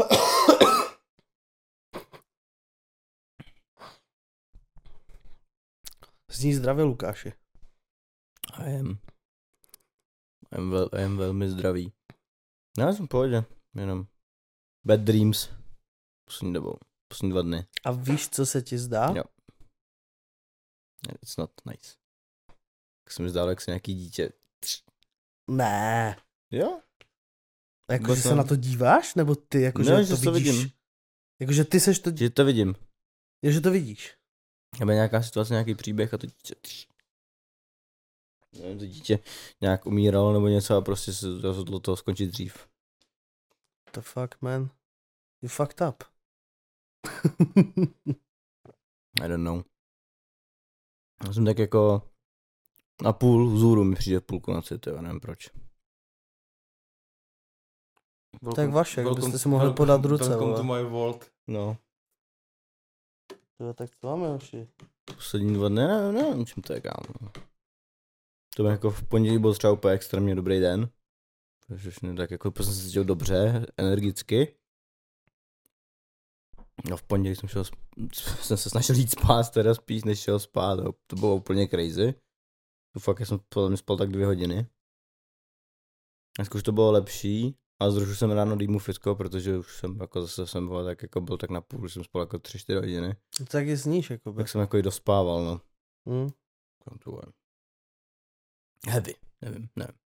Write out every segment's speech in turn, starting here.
Zní zdravě, Lukáši. I'm velmi zdravý. Já jsem v pohodě, jenom bad dreams poslední dobou, poslední 2 dny. A víš, co se ti zdá? Jo. It's not nice. Tak se mi zdálo, jak se nějaký dítě. Ne. Jo? Jakože se na to díváš? Nebo ty jakože No, to že to vidíš? vidím. Jakože ty seš to... Že to vidím. Je, že to vidíš. Aby nějaká situace, nějaký příběh a to dítě. Nevím, to dítě nějak umíralo nebo něco a prostě se rozhodlo toho skončit dřív. The fuck, man? You fucked up. I don't know. Já jsem tak jako na půl vzhůru mi přijde půlku na city, nevím proč. Tak vaše, byste si mohli podat ruce. Welcome to my world. No. Tak to máme, hoši. Poslední 2 dny, nevím čím to je, kámo. To byl jako v pondělí byl třeba úplně extrémně dobrý den. Takže tak jako jsem se cítil dobře, energicky. No v pondělí jsem se snažil jít spát, teda spíš než šel spát. To bylo úplně crazy. To fakt, já jsem spal tak 2 hodiny. Dneska už to bylo lepší, ale zrušil jsem ráno dýmu fitko, protože už jsem jako zase jsem byl tak na půl, že jsem spal jako 3-4 hodiny. Tak je sníš, jakoby. Tak jsem jako i dospával, no. Heavy, nevím.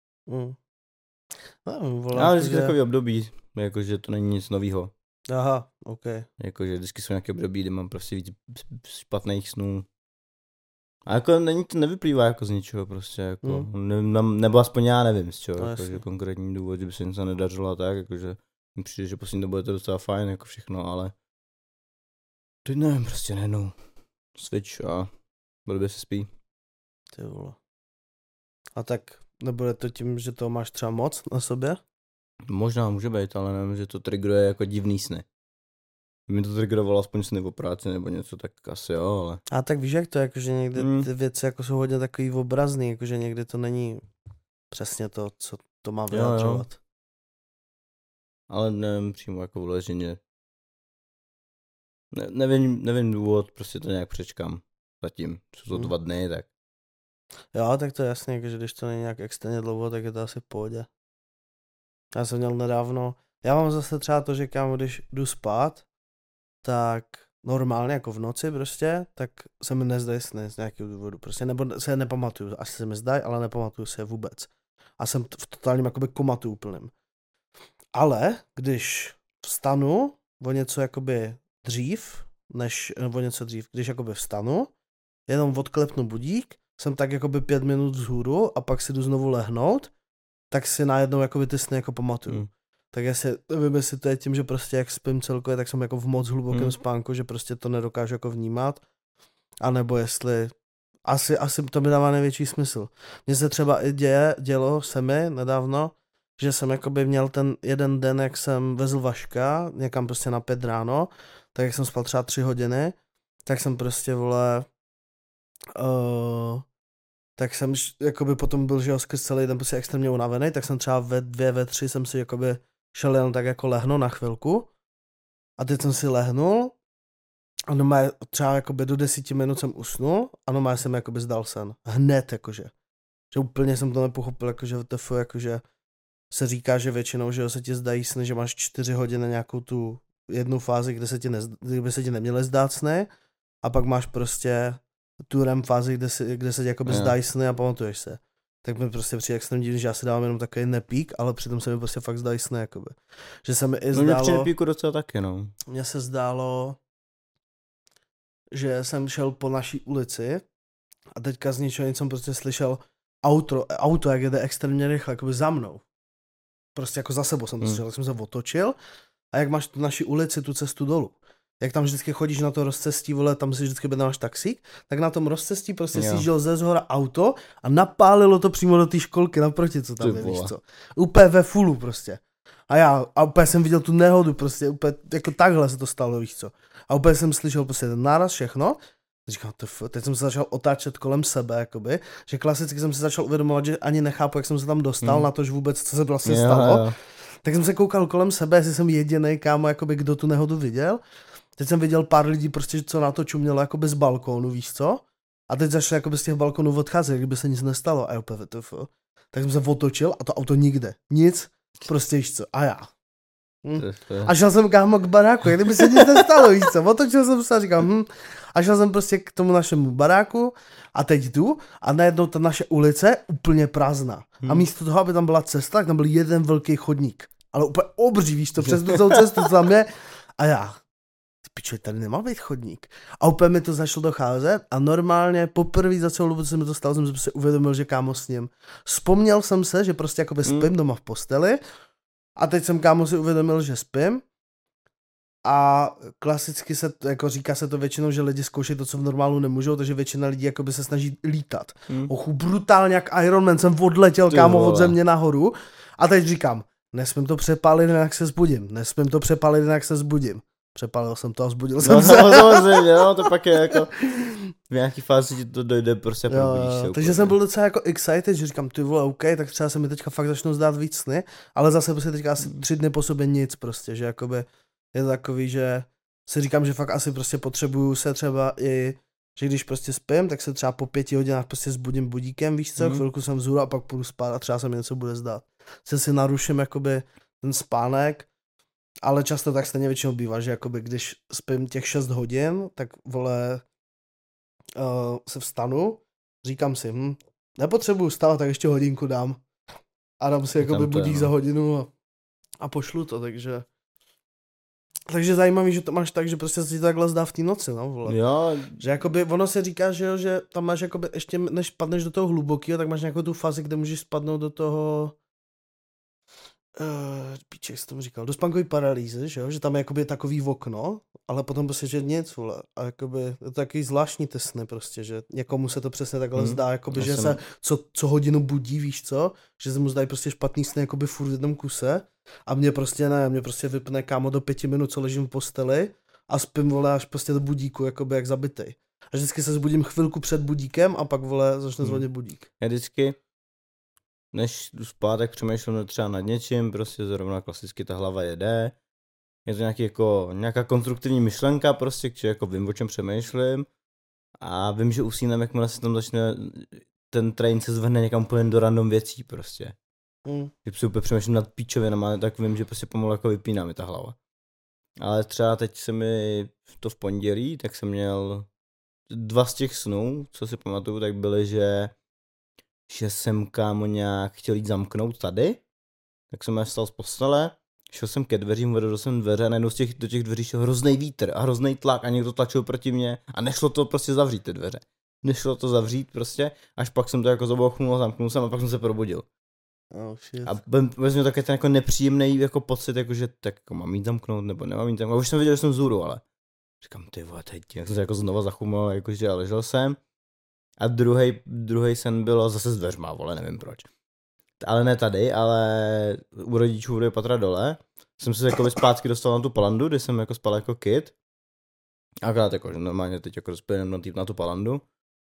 No, volá, Ale vždycky takový období, jakože to není nic novýho. Aha, ok. Jakože vždycky jsou nějaké období, kdy mám prostě víc špatných snů. A jako to nevyplývá jako z ničeho prostě, jako, nebo aspoň já nevím z čeho, No, jakože konkrétní důvod, že by se něco nedařilo a tak, jakože mi přijde, že poslední dobou je to docela fajn, jako všechno, ale teď nevím, prostě najednou switch a blbě se spí. Ty vole. A tak nebude to tím, že to máš třeba moc na sobě? Možná může být, ale nevím, že to triggeruje jako divný sny. Kdyby mi to triggerovalo aspoň sny o práci nebo něco, tak asi jo, ale... A tak víš, jak to je, jakože někdy ty věci jako jsou hodně takový obrazný, jakože někdy to není přesně to, co to má vyjadřovat. Ale nevím přímo jako vloženě. Nevím důvod, prostě to nějak přečkám zatím. Jsou to 2 dny, tak... Jo, tak to je jasný, že když to není nějak extrémně dlouho, tak je to asi v pohodě. Já jsem měl nedávno, já mám zase třeba to, že když jdu spát, tak normálně jako v noci prostě, tak se mi nezdají sny z nějakého důvodu prostě, nebo se je nepamatuju, asi se mi zdají, ale nepamatuju se je vůbec. A jsem v totálním jakoby komatu úplným. Ale když vstanu o něco jakoby dřív, když jakoby vstanu, jenom odklepnu budík, jsem tak jakoby 5 minut vzhůru a pak si jdu znovu lehnout, tak si najednou jakoby ty sny jako pamatuju. Tak nevím, jestli to je tím, že prostě jak spím celkově, tak jsem jako v moc hlubokém spánku, že prostě to nedokážu jako vnímat, anebo jestli, asi to mi dává největší smysl. Mně se třeba i dělo se mi nedávno, že jsem jakoby měl ten jeden den, jak jsem vezl Vaška někam prostě na 5 ráno, tak jak jsem spal třeba 3 hodiny, tak jsem prostě, tak jsem jakoby potom byl, že jo, skrz celý den prostě extrémně unavený, tak jsem třeba ve 2, ve 3 jsem si jakoby šel jen tak jako lehnout na chvilku a teď jsem si lehnul a normálně třeba jakoby do 10 minut jsem usnul a normálně jsem jakoby zdal sen. Hned jakože. Že úplně jsem to nepochopil, jakože jakože se říká, že většinou, že se ti zdají sny, že máš 4 hodiny nějakou tu jednu fázi, kde by se ti neměly zdát sny a pak máš prostě tu REM fázi, kde se ti jakoby zdají sny a pamatuješ se. Tak mi prostě přijde extrémně divný, že já si dávám jenom takový nepík, ale přitom se mi prostě fakt zdají sny, jakoby. Že se mi i zdálo... No mě přijde nepíku docela taky, no. Mně se zdálo, že jsem šel po naší ulici a teďka z ničeho nic jsem prostě slyšel auto, jak jede extrémně rychle, jakoby za mnou. Prostě jako za sebou jsem to slyšel, tak jsem se otočil a jak máš tu naši ulici, tu cestu dolů, jak tam vždycky chodíš na to rozcestí, vole, tam si vždycky máš taxík, tak na tom rozcestí prostě sjížděl ze zhora auto a napálilo to přímo do té školky naproti, co tam je, víš co. Úplně ve fullu prostě. A úplně jsem viděl tu nehodu, prostě úplně jako takhle se to stalo, víš co. A úplně jsem slyšel prostě ten náraz, všechno. Říkám, teď jsem se začal otáčet kolem sebe, jakoby, že klasicky jsem se začal uvědomovat, že ani nechápu, jak jsem se tam dostal na to, že vůbec, co se vlastně stalo. Tak jsem se koukal kolem sebe, jestli jsem jedinej, kámo, jakoby kdo tu nehodu viděl. Teď jsem viděl pár lidí prostě, co na to čumělo jakoby z balkónu, víš co? A teď zašli jakoby z těch balkonů odcházet, kdyby se nic nestalo. A úplně WTF. Tak jsem se otočil a to auto nikde. Nic, prostě víš co. A já. A šel jsem, kámo, k baráku, jak kdyby se nic nestalo, víš co. Otočil jsem se a říkal, A šel jsem prostě k tomu našemu baráku a teď jdu a najednou ta naše ulice úplně prázdná. A místo toho, aby tam byla cesta, tak tam byl jeden velký chodník. Ale úplně obří, víš to, přes tu celou cestu, co tam je. A já, pičo, tady nemá být chodník. A úplně mi to začalo docházet a normálně poprvé za celou dobu, co se mi to stalo, jsem si uvědomil, že kámo s ním. Vzpomněl jsem se, že prostě jakoby spím doma v posteli a teď jsem kámo si uvědomil, že spím a klasicky se, jako říká se to většinou, že lidi zkoušejí to, co v normálu nemůžou, takže většina lidí jakoby se snaží lítat. Ochu, brutálně jak Iron Man jsem odletěl, kámo, od země nahoru a teď říkám, nesmím to přepálit, jinak se zbudím. Nesmím to přepálit, jinak se zbudím. Přepálil jsem to a zbudil jsem se. No samozřejmě, no, to pak je jako v nějaký fázi ti to dojde prostě probudíš se. Takže jsem byl docela jako excited, že říkám, ty vole, OK, tak třeba se mi teďka fakt začnou zdát víc sny, ale zase prostě teďka asi 3 dny po sobě nic prostě, že jakoby je to takový, že si říkám, že fakt asi prostě potřebuju se třeba i, že když prostě spím, tak se třeba po 5 hodinách prostě zbudím budíkem, víš co, chvilku jsem vzhůru a pak půjdu spát a třeba se mi něco bude zdát. Se si naruším jakoby ten spánek, ale často tak stejně většinou bývá, že jakoby když spím těch 6 hodin, tak vole se vstanu, říkám si, nepotřebuju stávat, tak ještě hodinku dám. A dám si jakoby budík za hodinu a pošlu to, takže zajímavý, že to máš tak, že prostě se ti takhle zdá v té noci, no vole. Jo. Že jakoby, ono se říká, že jo, že tam máš jakoby ještě, než padneš do toho hlubokého, tak máš nějakou tu fázi, kde můžeš spadnout do toho píček jsi tomu říkal, do spánkový paralýzy, že jo, že tam je jakoby takový okno, ale potom prostě, že nic, vole, a jakoby, je to takový zvláštní ty sny prostě, že někomu se to přesně takhle zdá, jakoby, že se co hodinu budí, víš co, že se mu zdají prostě špatný sny, jakoby furt v jednom kuse a mě prostě ne, mě prostě vypne kámo do 5 minut, co ležím v posteli a spím, vole, až prostě do budíku, jakoby jak zabitej. A vždycky se zbudím chvilku před budíkem a pak, vole, začne zvonit budík. Já vždycky než jdu spát, tak přemýšlím třeba nad něčím, prostě zrovna klasicky ta hlava jede. Je to nějaká konstruktivní myšlenka prostě, že jako vím, o čem přemýšlím a vím, že usínám, jakmile se tam začne, ten train se zvrhne někam úplně do random věcí prostě. Když si úplně přemýšlím nad píčovinama, tak vím, že prostě pomalu jako vypíná mi ta hlava. Ale třeba teď se mi to v pondělí, tak jsem měl 2 z těch snů, co si pamatuju, tak byly, že jsem kámo nějak chtěl jít zamknout tady, tak jsem vstal z postele, šel jsem ke dveřím, vedl jsem dveře a najednou do těch dveří šel hrozný vítr a hrozný tlak a někdo tlačil proti mně a nešlo to prostě zavřít ty dveře. Nešlo to zavřít prostě, až pak jsem to jako zabouchnul, zamknul jsem a pak jsem se probudil. Oh, shit. A vezměl taky ten jako nepříjemný jako pocit, jako že tak jako mám jít zamknout nebo nemám jít zamknout. Už jsem viděl, že jsem vzhůru, ale říkám, ty vole, teď jak jsem se jako znova zachumal, jakože a ležel jsem. A druhý sen bylo zase s dveřma, vole, nevím proč. Ale ne tady, ale u rodičů v patra dole. Jsem se jako zpátky dostal na tu palandu, kde jsem jako spal jako kid. Akorát jako, že normálně teď jako spím na tu palandu.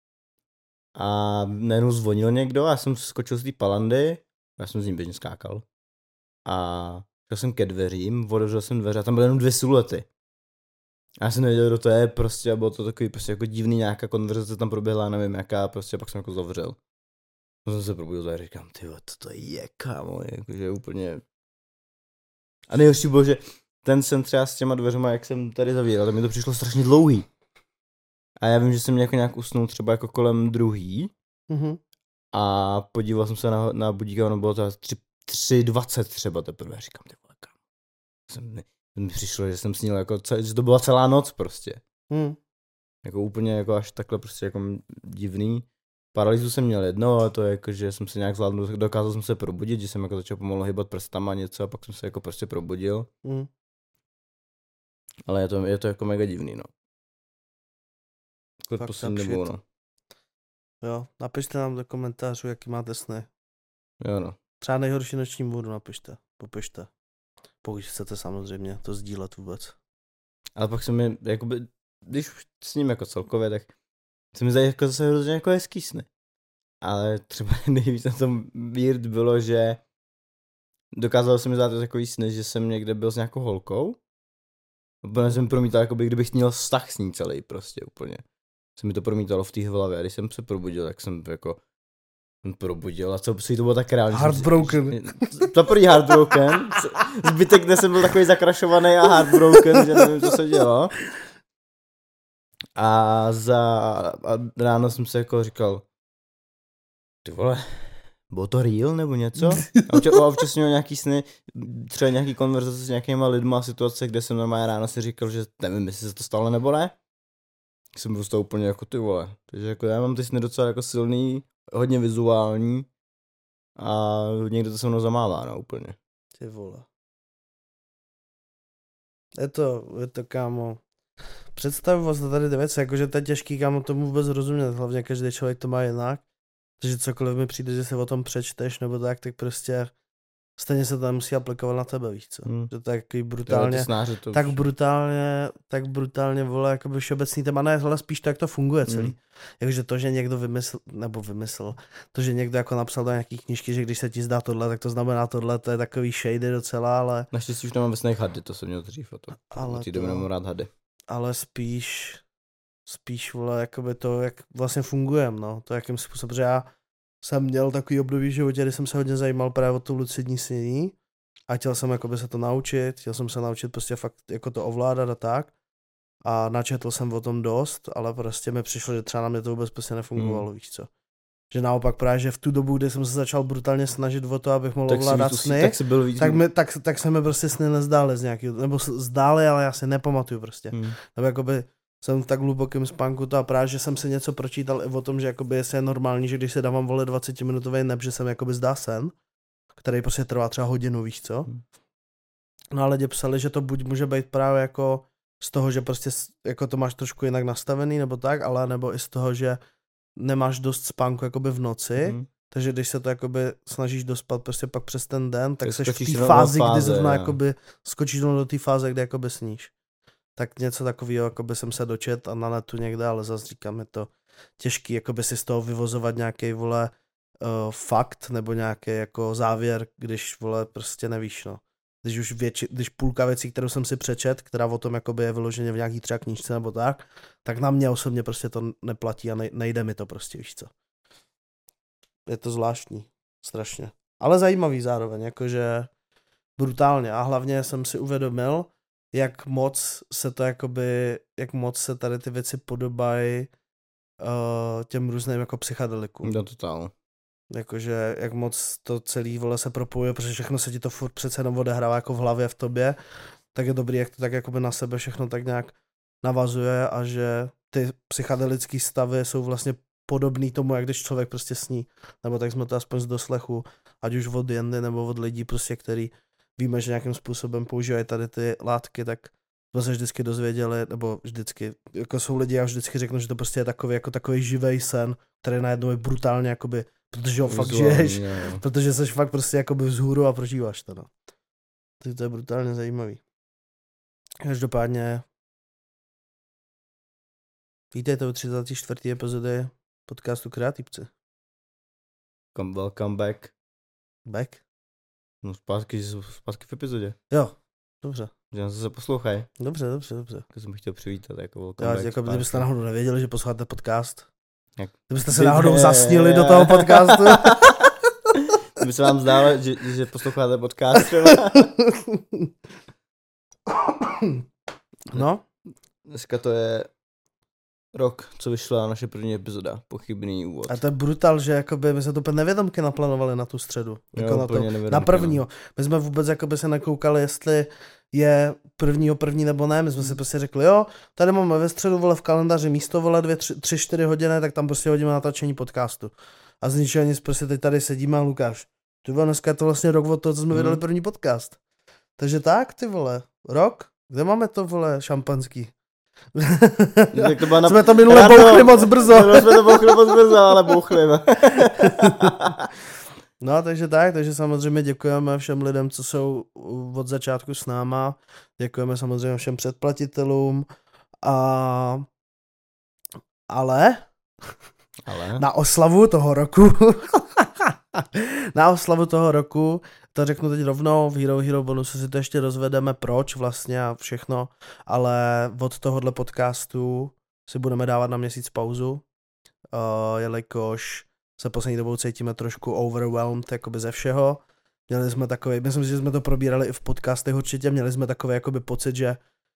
A najednou zvonil někdo a já jsem skočil z té palandy. Já jsem z ní běžně skákal. A šel jsem ke dveřím, otevřel jsem dveře a tam byly jenom 2 siluety. A já jsem nevěděl, kdo to je prostě a bylo to takový prostě jako divný nějaká konverzace tam proběhla, nevím jaká prostě a pak jsem jako zavřel. A jsem se probudil a říkám, tyjo, co to je, kámo, jakože úplně. A nejhorší bylo, že ten sen třeba s těma dveřma, jak jsem tady zavíral, tak mi to přišlo strašně dlouhý. A já vím, že jsem nějak usnul třeba jako kolem 2. A podíval jsem se na budík a ono bylo to 3:20 třeba teprve, říkám, ty vole, kámo. Mi přišlo, že jsem snil jako, že to byla celá noc prostě. Jako úplně jako až takhle prostě jako divný. Paralýzu jsem měl jedno, ale to je jako, že jsem se nějak zvládnul, dokázal jsem se probudit, že jsem jako začal pomalu hýbat prstama něco a pak jsem se jako prostě probudil. Ale je to jako mega divný, no. Jako poslední dobou, no. Jo, napište nám do komentářů, jaký máte sny. Jo, no. Třeba nejhorší noční můru napište, popište. Pokud chcete samozřejmě to sdílet vůbec. Ale pak se mi, jakoby, když už s ním jako celkově, tak se mi zdají jako zase hrozně jako hezký sny. Ale třeba nejvíc na tom weird bylo, že dokázalo se mi zdát takový sny, že jsem někde byl s nějakou holkou. Úplně jsem promítal, jakoby kdybych měl vztah s ní celý prostě úplně. Se mi to promítalo v té hlavě a když jsem se probudil, tak jsem jako probudil a co si to bylo tak reálně. Heartbroken. To první heartbroken, zbytek dne jsem byl takový zakrašovaný a heartbroken, že nevím, co se dělo. A ráno jsem se jako říkal, ty vole, bylo to real nebo něco? A občas měl nějaký sny, třeba nějaký konverzace s nějakýma lidma, situace, kde jsem normálně ráno si říkal, že nevím, jestli se to stalo nebo ne. Jsem byl z toho úplně jako ty vole. Takže jako já mám ty sny docela jako silný, hodně vizuální a někdo to se mnou zamává, no úplně. Ty vole. Je to kámo. Představivost tady ty věci, jakože to je těžký, kámo, tomu vůbec rozumět, hlavně každý člověk to má jinak. Takže cokoliv mi přijde, že se o tom přečteš nebo tak prostě stejně se to nemusí aplikovat na tebe, víš co. Že to je takový brutálně, tak brutálně, vole, jakoby všeobecný téma, ne, ale spíš to, jak to funguje celý. Jakože to, že někdo vymyslel, to, že někdo jako napsal do nějaký knížky, že když se ti zdá tohle, tak to znamená tohle, to je takový shady docela, ale... Naštěstí už nemám ve snech hady, to jsem měl dřív o to. Ale to... nemám rád hady. Ale spíš, vole, jakoby to, jak vlastně fungujem, no, to jakým způsobem, že já jsem měl takový období v životě, kdy jsem se hodně zajímal právě o tu lucidní snění a chtěl jsem jakoby se to naučit, prostě fakt jako to ovládat a tak a načetl jsem o tom dost, ale prostě mi přišlo, že třeba na mě to vůbec prostě nefungovalo, víš co. Že naopak právě, že v tu dobu, kdy jsem se začal brutálně snažit o to, abych mohl ovládat sny, tak se mi prostě sny nezdály z nějakého, nebo zdály, ale já si nepamatuju prostě. Nebo jakoby jsem v tak hlubokém spánku to a právě, že jsem si něco pročítal i o tom, že jakoby jestli je normální, že když se dávám vole 20-minutový nap, že se mi jakoby zdá sen, který prostě trvá třeba hodinu, víš co? No ale lidi psali, že to buď může být právě jako z toho, že prostě jako to máš trošku jinak nastavený nebo tak, ale nebo i z toho, že nemáš dost spánku jakoby v noci, takže když se to jakoby snažíš dospat prostě pak přes ten den, tak seš v té fázi, kdy zrovna jakoby skočíš do té fáze, kdy jakoby sníš. Tak něco takového jakoby jsem se dočet a na netu někde, ale zase říkám, je to těžký jakoby si z toho vyvozovat nějaký vole fakt nebo nějaký jako závěr, když vole prostě nevíš, no. Když půlka věcí, kterou jsem si přečet, která o tom jakoby je vyloženě v nějaký třeba knížce nebo tak na mě osobně prostě to neplatí a nejde mi to prostě, víš co. Je to zvláštní, strašně. Ale zajímavý zároveň, jakože brutálně a hlavně jsem si uvědomil, jak moc se tady ty věci podobají těm různým jako psychedelikům. No totál. Jakože jak moc to celý vole se propojuje, protože všechno se ti to furt přece jenom odehrává jako v hlavě v tobě, tak je dobrý, jak to tak jakoby na sebe všechno tak nějak navazuje a že ty psychedelické stavy jsou vlastně podobný tomu, jak když člověk prostě sní. Nebo tak jsme to aspoň z doslechu, ať už od Jendy nebo od lidí prostě, který víme, že nějakým způsobem používají tady ty látky, tak jsme se vždycky dozvěděli, nebo vždycky, jako jsou lidi, já vždycky řeknu, že to prostě je takový, jako takový živej sen, který najednou je brutálně jakoby, protože ho fakt žiješ, protože seš fakt prostě jakoby vzhůru a prožíváš to, no. Takže to je brutálně zajímavý. Každopádně vítejte u 34. epizody podcastu Kreativci. Welcome back. Back? No zpátky v epizodě. Jo, dobře. Že nás se poslouchají. Dobře. Tak jsem chtěl přivítat jako welcome back. Jako kdybyste náhodou nevěděli, že posloucháte podcast. Kdybyste se náhodou zasnili do toho podcastu. Kdyby se vám zdálo, že posloucháte podcast třeba. No. Dneska to je rok, co vyšla naše první epizoda, Pochybný úvod. A to je brutál, že jakoby my jsme to úplně nevědomky naplánovali na tu středu. Jako jo, na prvního. My jsme vůbec jakoby se nekoukali, jestli je první nebo ne. My jsme si prostě řekli, jo, tady máme ve středu, vole, v kalendáři místo, vole, 3-4 hodiny, tak tam prostě hodíme natáčení podcastu. A z ničeho nic, prostě teď tady sedíme a Lukáš, ty vole, dneska je to vlastně rok od toho, co jsme vydali první podcast. Takže tak, ty vole, rok? Kde máme to, vole, šampanský? Jsme to minule bouchli moc brzo. Ale bouchlíme. No, takže samozřejmě děkujeme všem lidem, co jsou od začátku s náma. Děkujeme samozřejmě všem předplatitelům. Ale na oslavu toho roku to řeknu teď rovnou, v Hero bonusu si to ještě rozvedeme, proč vlastně a všechno, ale od tohohle podcastu si budeme dávat na měsíc pauzu, jelikož se poslední dobou cítíme trošku overwhelmed jakoby ze všeho. Měli jsme takový, myslím si, že jsme to probírali i v podcastech určitě, měli jsme takový jakoby pocit, že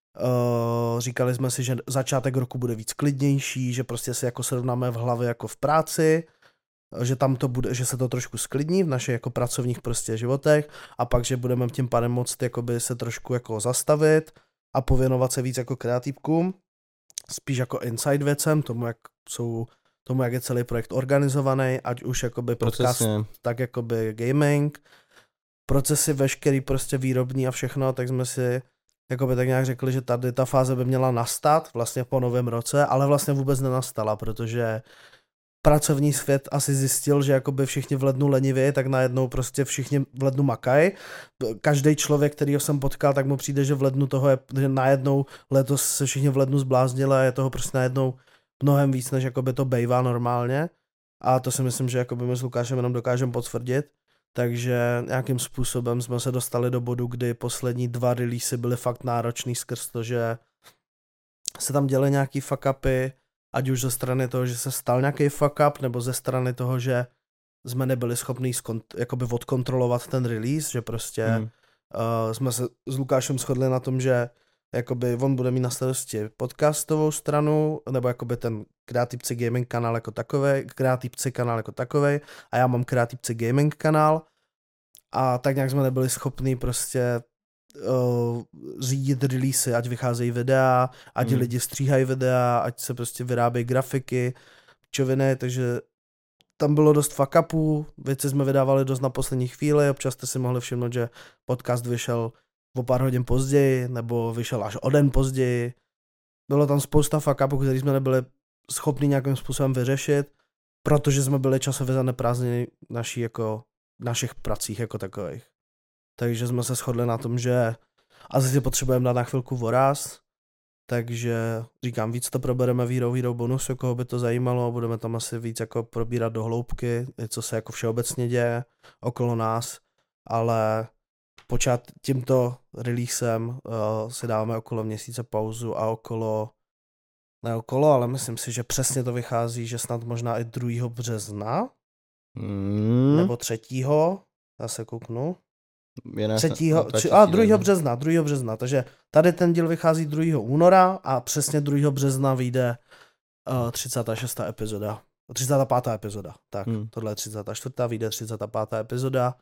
říkali jsme si, že začátek roku bude víc klidnější, že prostě si jako srovnáme v hlavě jako v práci, že tam to bude, že se to trošku sklidní v našich jako pracovních prostě životech a pak, že budeme tím pádem moct jakoby se trošku jako zastavit a pověnovat se víc jako kreativkům, spíš jako inside věcem, tomu jak je celý projekt organizovaný, ať už jakoby podcast, tak jakoby gaming, procesy veškerý prostě výrobní a všechno, tak jsme si jakoby tak nějak řekli, že tady ta fáze by měla nastat vlastně po novém roce, ale vlastně vůbec nenastala, protože pracovní svět asi zjistil, že jakoby všichni v lednu lenivě, tak najednou prostě všichni v lednu makají. Každý člověk, kterýho jsem potkal, tak mu přijde, že v lednu toho je, že najednou letos se všichni v lednu zbláznili a je toho prostě najednou mnohem víc, než jakoby to bejvá normálně. A to si myslím, že jakoby my s Lukášem jenom dokážeme potvrdit. Takže nějakým způsobem jsme se dostali do bodu, kdy poslední 2 releasy byly fakt náročný skrz to, že se tam děly nějaký fuck upy, ať už ze strany toho, že se stal nějaký fuck up, nebo ze strany toho, že jsme nebyli schopni jakoby odkontrolovat ten release, že prostě jsme se s Lukášem shodli na tom, že jakoby on bude mít na starosti podcastovou stranu, nebo jakoby ten Kreativci gaming kanál jako takovej, Kreativci kanál jako takovej a já mám Kreativci gaming kanál a tak nějak jsme nebyli schopni prostě řídit releasy, ať vycházejí videa, ať lidi stříhají videa, ať se prostě vyrábějí grafiky, čoviny, takže tam bylo dost fuck upů, věci jsme vydávali dost na poslední chvíli, občas jste si mohli všimnout, že podcast vyšel o pár hodin později, nebo vyšel až o den později. Bylo tam spousta fuck upů, který jsme nebyli schopni nějakým způsobem vyřešit, protože jsme byli časově zaneprázdněni našich pracích jako takových. Takže jsme se shodli na tom, že asi si potřebujeme dát na chvilku voraz, takže říkám, víc to probereme v Hero bonusu, koho by to zajímalo, budeme tam asi víc jako probírat do hloubky, co se jako všeobecně děje okolo nás, ale tímto releasem si dáváme okolo měsíce pauzu a ale myslím si, že přesně to vychází, že snad možná i 2. března, nebo 3. Já se kouknu. 2. března, takže tady ten díl vychází 2. února a přesně 2. března vyjde 36. epizoda, 35. epizoda, tak tohle je 34. vyjde 35. epizoda.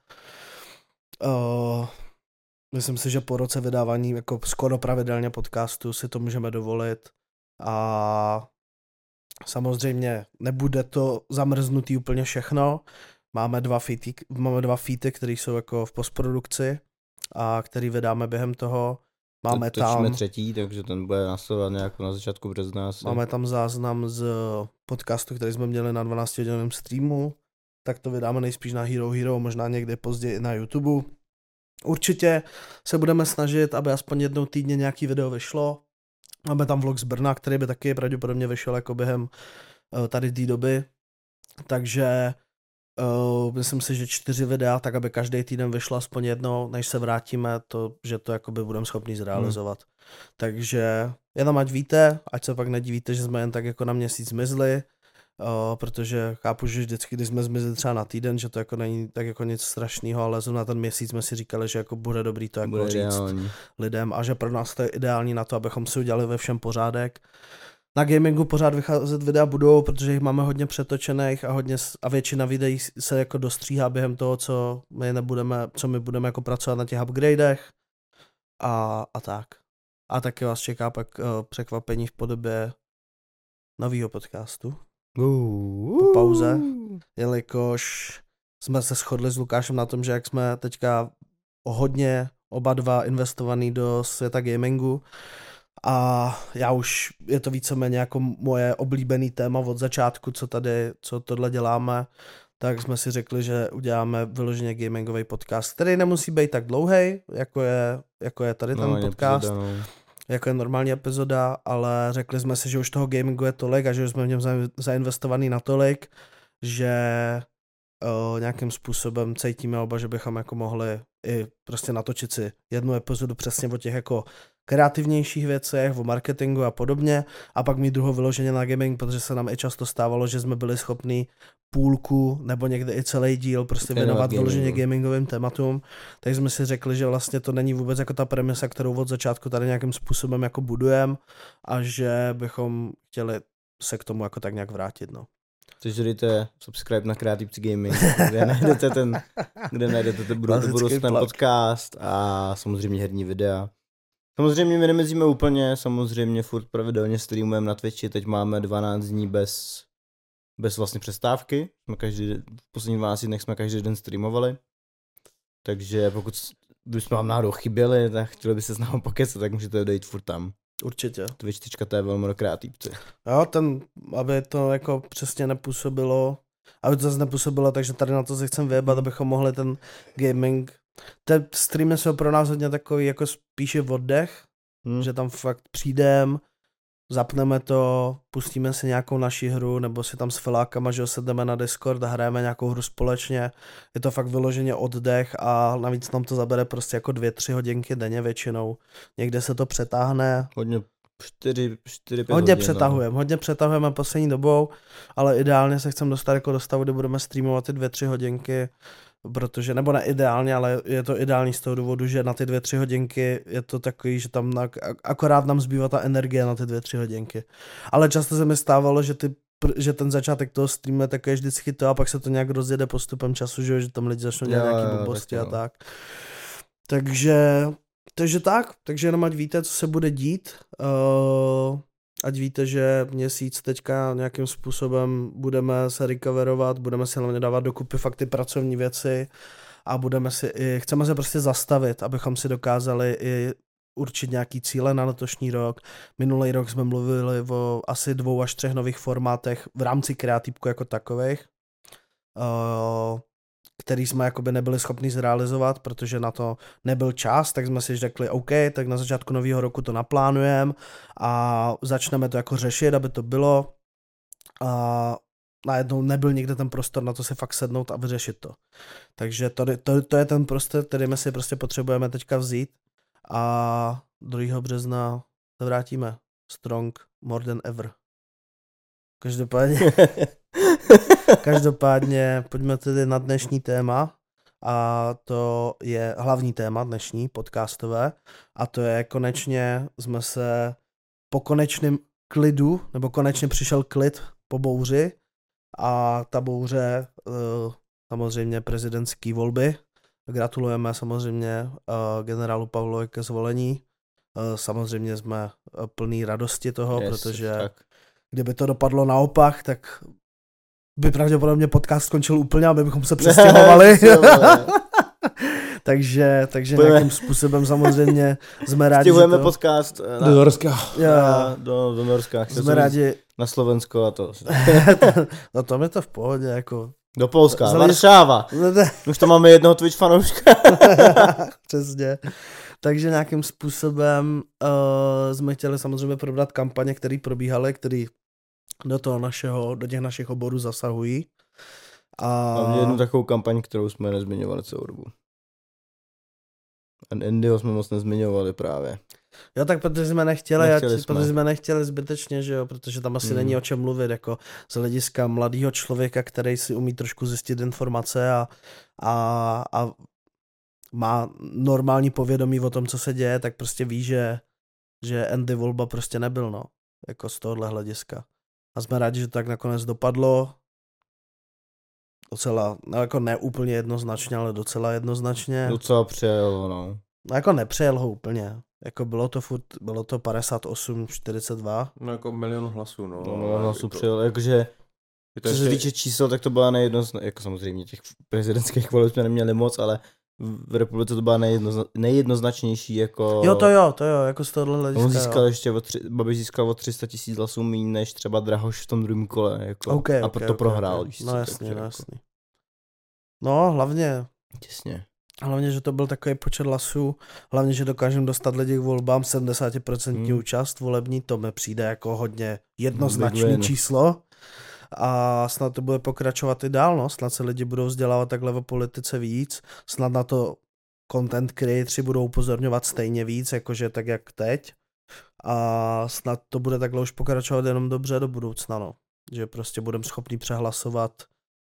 Myslím si, že po roce vydávání jako skoro pravidelně podcastu si to můžeme dovolit a samozřejmě nebude to zamrznutý úplně všechno. Máme 2 featy, které jsou jako v postprodukci a který vydáme během toho. Máme tam 3., takže ten bude následovat nějak na začátku března asi. Máme tam záznam z podcastu, který jsme měli na 12hodinovém streamu, tak to vydáme nejspíš na Hero, možná někde později na YouTube. Určitě se budeme snažit, aby aspoň jednou týdně nějaký video vyšlo. Máme tam vlog z Brna, který by taky pravděpodobně vyšel jako během tady té doby. Takže myslím si, že 4 videa, tak aby každý týden vyšlo aspoň jedno, než se vrátíme, že to jakoby budeme schopni zrealizovat. Takže jenom ať víte, ať se pak nedivíte, že jsme jen tak jako na měsíc zmizli, protože chápu, že vždycky, když jsme zmizli třeba na týden, že to jako není tak jako nic strašného, ale zrovna ten měsíc jsme si říkali, že jako bude dobrý to jako říct lidem a že pro nás to je ideální na to, abychom si udělali ve všem pořádek. Na gamingu pořád vycházet videa budou, protože jich máme hodně přetočených a většina videí se jako dostříhá během toho, co my budeme jako pracovat na těch upgradech a tak. A taky vás čeká pak překvapení v podobě nového podcastu. Po pauze, jelikož jsme se shodli s Lukášem na tom, že jak jsme teďka hodně oba dva investovaný do světa gamingu, a je to víceméně jako moje oblíbený téma od začátku, co tohle děláme, tak jsme si řekli, že uděláme vyloženě gamingový podcast, který nemusí být tak dlouhý, jako je tady ten podcast, jako je normální epizoda, ale řekli jsme si, že už toho gamingu je tolik a že už jsme v něm zainvestovaný natolik, že nějakým způsobem cítíme oba, že bychom jako mohli i prostě natočit si jednu epizodu přesně o těch jako kreativnějších věcech, o marketingu a podobně a pak mít druhou vyloženě na gaming, protože se nám i často stávalo, že jsme byli schopní půlku nebo někdy i celý díl prostě věnovat vyloženě gamingovým tématům, tak jsme si řekli, že vlastně to není vůbec jako ta premisa, kterou od začátku tady nějakým způsobem jako budujeme a že bychom chtěli se k tomu jako tak nějak vrátit, no. Takže dejte subscribe na Kreativci Gaming, kde najdete ten budoucný podcast a samozřejmě herní videa. Samozřejmě my nemezíme úplně, samozřejmě furt pravidelně streamujeme na Twitchi, teď máme 12 dní bez vlastně přestávky, v posledních 12 dnech jsme každý den streamovali, takže pokud bychom vám náhodou chyběli, tak chtěli by se s námi pokecat, tak můžete dojít furt tam. Určitě. Twitch.tv/kreativci. Jo, aby to jako přesně nepůsobilo, aby to zase nepůsobilo, takže tady na to se chcem vyjebat, abychom mohli ten gaming, ty streamy jsou pro nás hodně takový jako spíše oddech, že tam fakt přijdem, zapneme to, pustíme si nějakou naši hru, nebo si tam s felákama, že sedneme na Discord a hrajeme nějakou hru společně. Je to fakt vyloženě oddech a navíc nám to zabere prostě jako 2-3 hodinky denně většinou. Někde se to přetáhne. Hodně 4-5 hodně přetahujeme poslední dobou, ale ideálně se chcem dostat jako do stavu, kdy budeme streamovat ty 2-3 hodinky, protože, nebo ne ideálně, ale je to ideální z toho důvodu, že na ty 2-3 hodinky je to takový, že tam akorát nám zbývá ta energie na ty 2-3 hodinky. Ale často se mi stávalo, že ten začátek toho streamu je takový vždycky to a pak se to nějak rozjede postupem času, že tam lidi začnou dělat nějaký blbosti a tak. Takže jenom ať víte, co se bude dít, ať víte, že měsíc teďka nějakým způsobem budeme se recoverovat, budeme si hlavně dávat dokupy fakt ty pracovní věci a chceme se prostě zastavit, abychom si dokázali i určit nějaký cíle na letošní rok. Minulý rok jsme mluvili o asi 2 až 3 nových formátech v rámci kreativku jako takových, který jsme jakoby nebyli schopni zrealizovat, protože na to nebyl čas, tak jsme si řekli, OK, tak na začátku nového roku to naplánujeme a začneme to jako řešit, aby to bylo. A najednou nebyl nikde ten prostor na to si fakt sednout a vyřešit to. Takže to je ten prostor, který my si prostě potřebujeme teďka vzít a 2. března se vrátíme. Strong more than ever. Každopádně pojďme tedy na dnešní téma a to je hlavní téma dnešní podcastové a to je konečně jsme se po konečném klidu, nebo konečně přišel klid po bouři a ta bouře samozřejmě prezidentské volby. Gratulujeme samozřejmě generálu Pavlovi ke zvolení. Samozřejmě jsme plný radosti toho, protože kdyby to dopadlo naopak, tak by pravděpodobně podcast skončil úplně, aby bychom se přestěhovali. takže nějakým způsobem samozřejmě jsme rádi. Stěhujeme podcast do Norska. Do Norska. Jsme rádi. Na Slovensko a to. No tam je to v pohodě, jako. Do Polska, Varšáva. Už to máme jednoho Twitch fanouška. Přesně. Takže nějakým způsobem jsme chtěli samozřejmě probrat kampaně, které probíhaly, které do těch našich oborů zasahují. A jednu takovou kampaň, kterou jsme nezmiňovali celou dobu. Andyho jsme moc nezmiňovali právě. Jo, tak protože jsme nechtěli zbytečně, že jo, protože tam asi není o čem mluvit, jako z hlediska mladého člověka, který si umí trošku zjistit informace a má normální povědomí o tom, co se děje, tak prostě ví, že Andy volba prostě nebyl, no, jako z tohohle hlediska. A jsme rádi, že to tak nakonec dopadlo. Docela, no jako ne úplně jednoznačně, ale docela jednoznačně. Docela přejel, no. No jako nepřejel ho úplně. Jako bylo to 58-42. No jako 1 000 000 hlasů, no. No 1 000 000 hlasů přijel, jakože co se týče čísel, tak to byla nejednoznačně, jako samozřejmě těch prezidentských voleb jsme neměli moc, ale v republice to byla nejjednoznačnější jako... Jo, jako z tohohle hlediska. On získal ještě Babiš získal o 300 000 hlasů méně než třeba Drahoš v tom druhém kole, jako, a proto prohrál. Okay. No jasně. No hlavně... Těsně. Hlavně, že to byl takový počet hlasů, hlavně, že dokážeme dostat lidi k volbám 70% účast volební, to mi přijde jako hodně jednoznačné číslo. a snad to bude pokračovat i dál, no. Snad se lidi budou vzdělávat takhle o politice víc, snad na to content creatoři budou upozorňovat stejně víc, jakože tak jak teď a snad to bude takhle už pokračovat jenom dobře do budoucna, no. Že prostě budeme schopni přehlasovat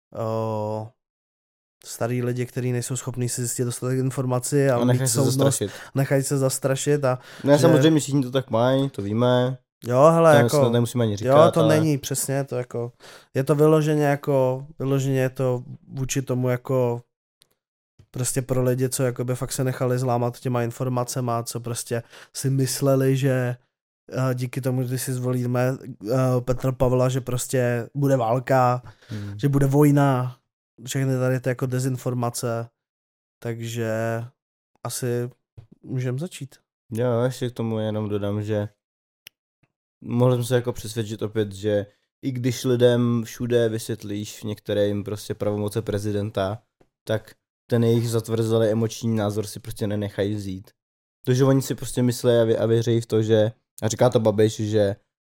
starý lidi, kteří nejsou schopní si zjistit dostatek informací a nechají se zastrašit. Nechají se zastrašit a... Ne, že... samozřejmě všichni to tak mají, to víme. Jo, hele, tam jako... nemusíme ani říkat. Jo, to ale... není, přesně, to jako... Je to vyloženě je to vůči tomu jako... Prostě pro lidi, co jakoby fakt se nechali zlámat těma informacema, co prostě si mysleli, že díky tomu, když si zvolíme Petra Pavla, že prostě bude válka, že bude vojna, všechny tady ty jako dezinformace, takže asi můžeme začít. Jo, ještě k tomu jenom dodám, že mohli jsme se jako přesvědčit opět, že i když lidem všude vysvětlíš některé jim prostě pravomoce prezidenta, tak ten jejich zatvrzelý emoční názor si prostě nenechají vzít. To, že oni si prostě myslí a věří v to, že, a říká to Babiš, že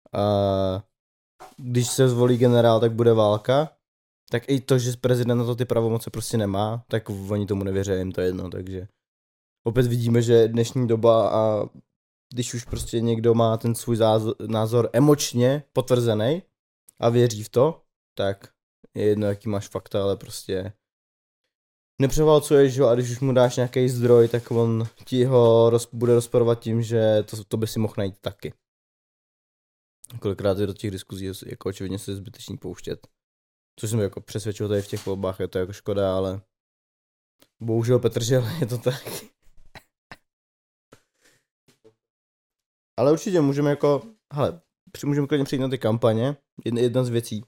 když se zvolí generál, tak bude válka, tak i to, že prezident na to ty pravomoce prostě nemá, tak oni tomu nevěří, jim to jedno, takže opět vidíme, že dnešní doba a když už prostě někdo má ten svůj názor emočně potvrzený a věří v to, tak je jedno, jaký máš fakta, ale prostě nepřeválcuješ ho a když už mu dáš nějaký zdroj, tak on ti ho bude rozporovat tím, že to by si mohl najít taky. Kolikrát je do těch diskuzí jako očividně se zbytečný pouštět. Což jsem jako přesvědčil tady v těch volbách, je to jako škoda, ale bohužel Petržel je to tak. Ale určitě můžeme jako, můžeme klidně přijít na ty kampaně, jedna z věcí.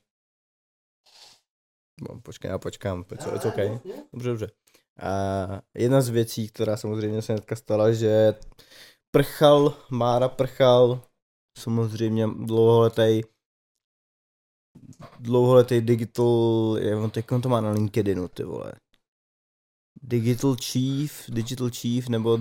Já počkám, it's okay. Dobře. A jedna z věcí, která samozřejmě se hnedka stala, že Mára Prchal, samozřejmě dlouholetý digital, on to má na LinkedInu, ty vole. Digital chief nebo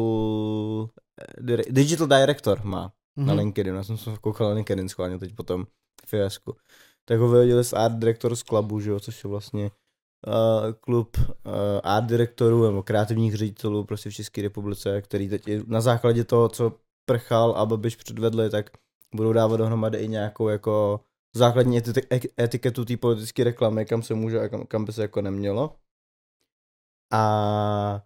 digital director má na LinkedInu. Já jsem se koukal na LinkedIn schválně teď potom v fiasku. Tak ho vyhodili z Art Directors Clubu, že jo, což je vlastně klub art direktorů nebo kreativních ředitelů prostě v České republice, který teď na základě toho, co Prchal a Babiš předvedli, tak budou dávat dohromady i nějakou jako základní etiketu té politické reklamy, kam se může a kam by se jako nemělo. A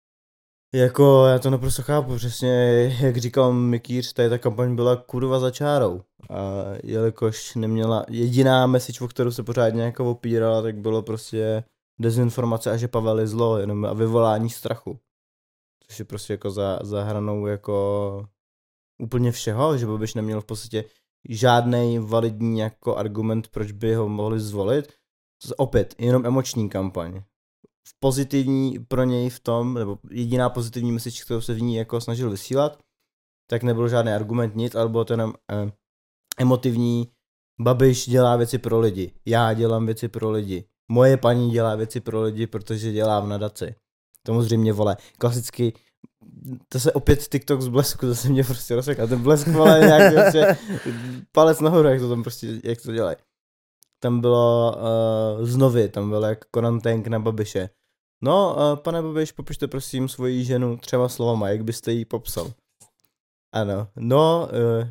jako já to naprosto chápu, přesně jak říkal Mikýř, tady ta kampaň byla kurva za čárou. A jelikož neměla jediná message, o kterou se pořádně jako opírala, tak bylo prostě dezinformace a že Pavel je zlo, jenom a vyvolání strachu. Což je prostě jako za hranou jako úplně všeho, že Babiš neměl v podstatě žádnej validní jako argument, proč by ho mohli zvolit. Opět, jenom emoční kampaň. V pozitivní pro něj v tom, nebo jediná pozitivní message, kterou se v ní jako snažil vysílat, tak nebyl žádný argument, nic, ale bylo to jenom emotivní. Babiš dělá věci pro lidi, já dělám věci pro lidi, moje paní dělá věci pro lidi, protože dělá v nadaci. Samozřejmě, vole, klasicky, to se opět TikTok z blesku, to se mě prostě rozsekal, ten blesk, vole, nějak prostě palec nahoru, jak to dělají. Tam bylo znovu, tam byl jak Conan Tank na Babiše. No, pane Babiš, popište prosím svoji ženu 3 slovama, jak byste ji popsal. Ano, no,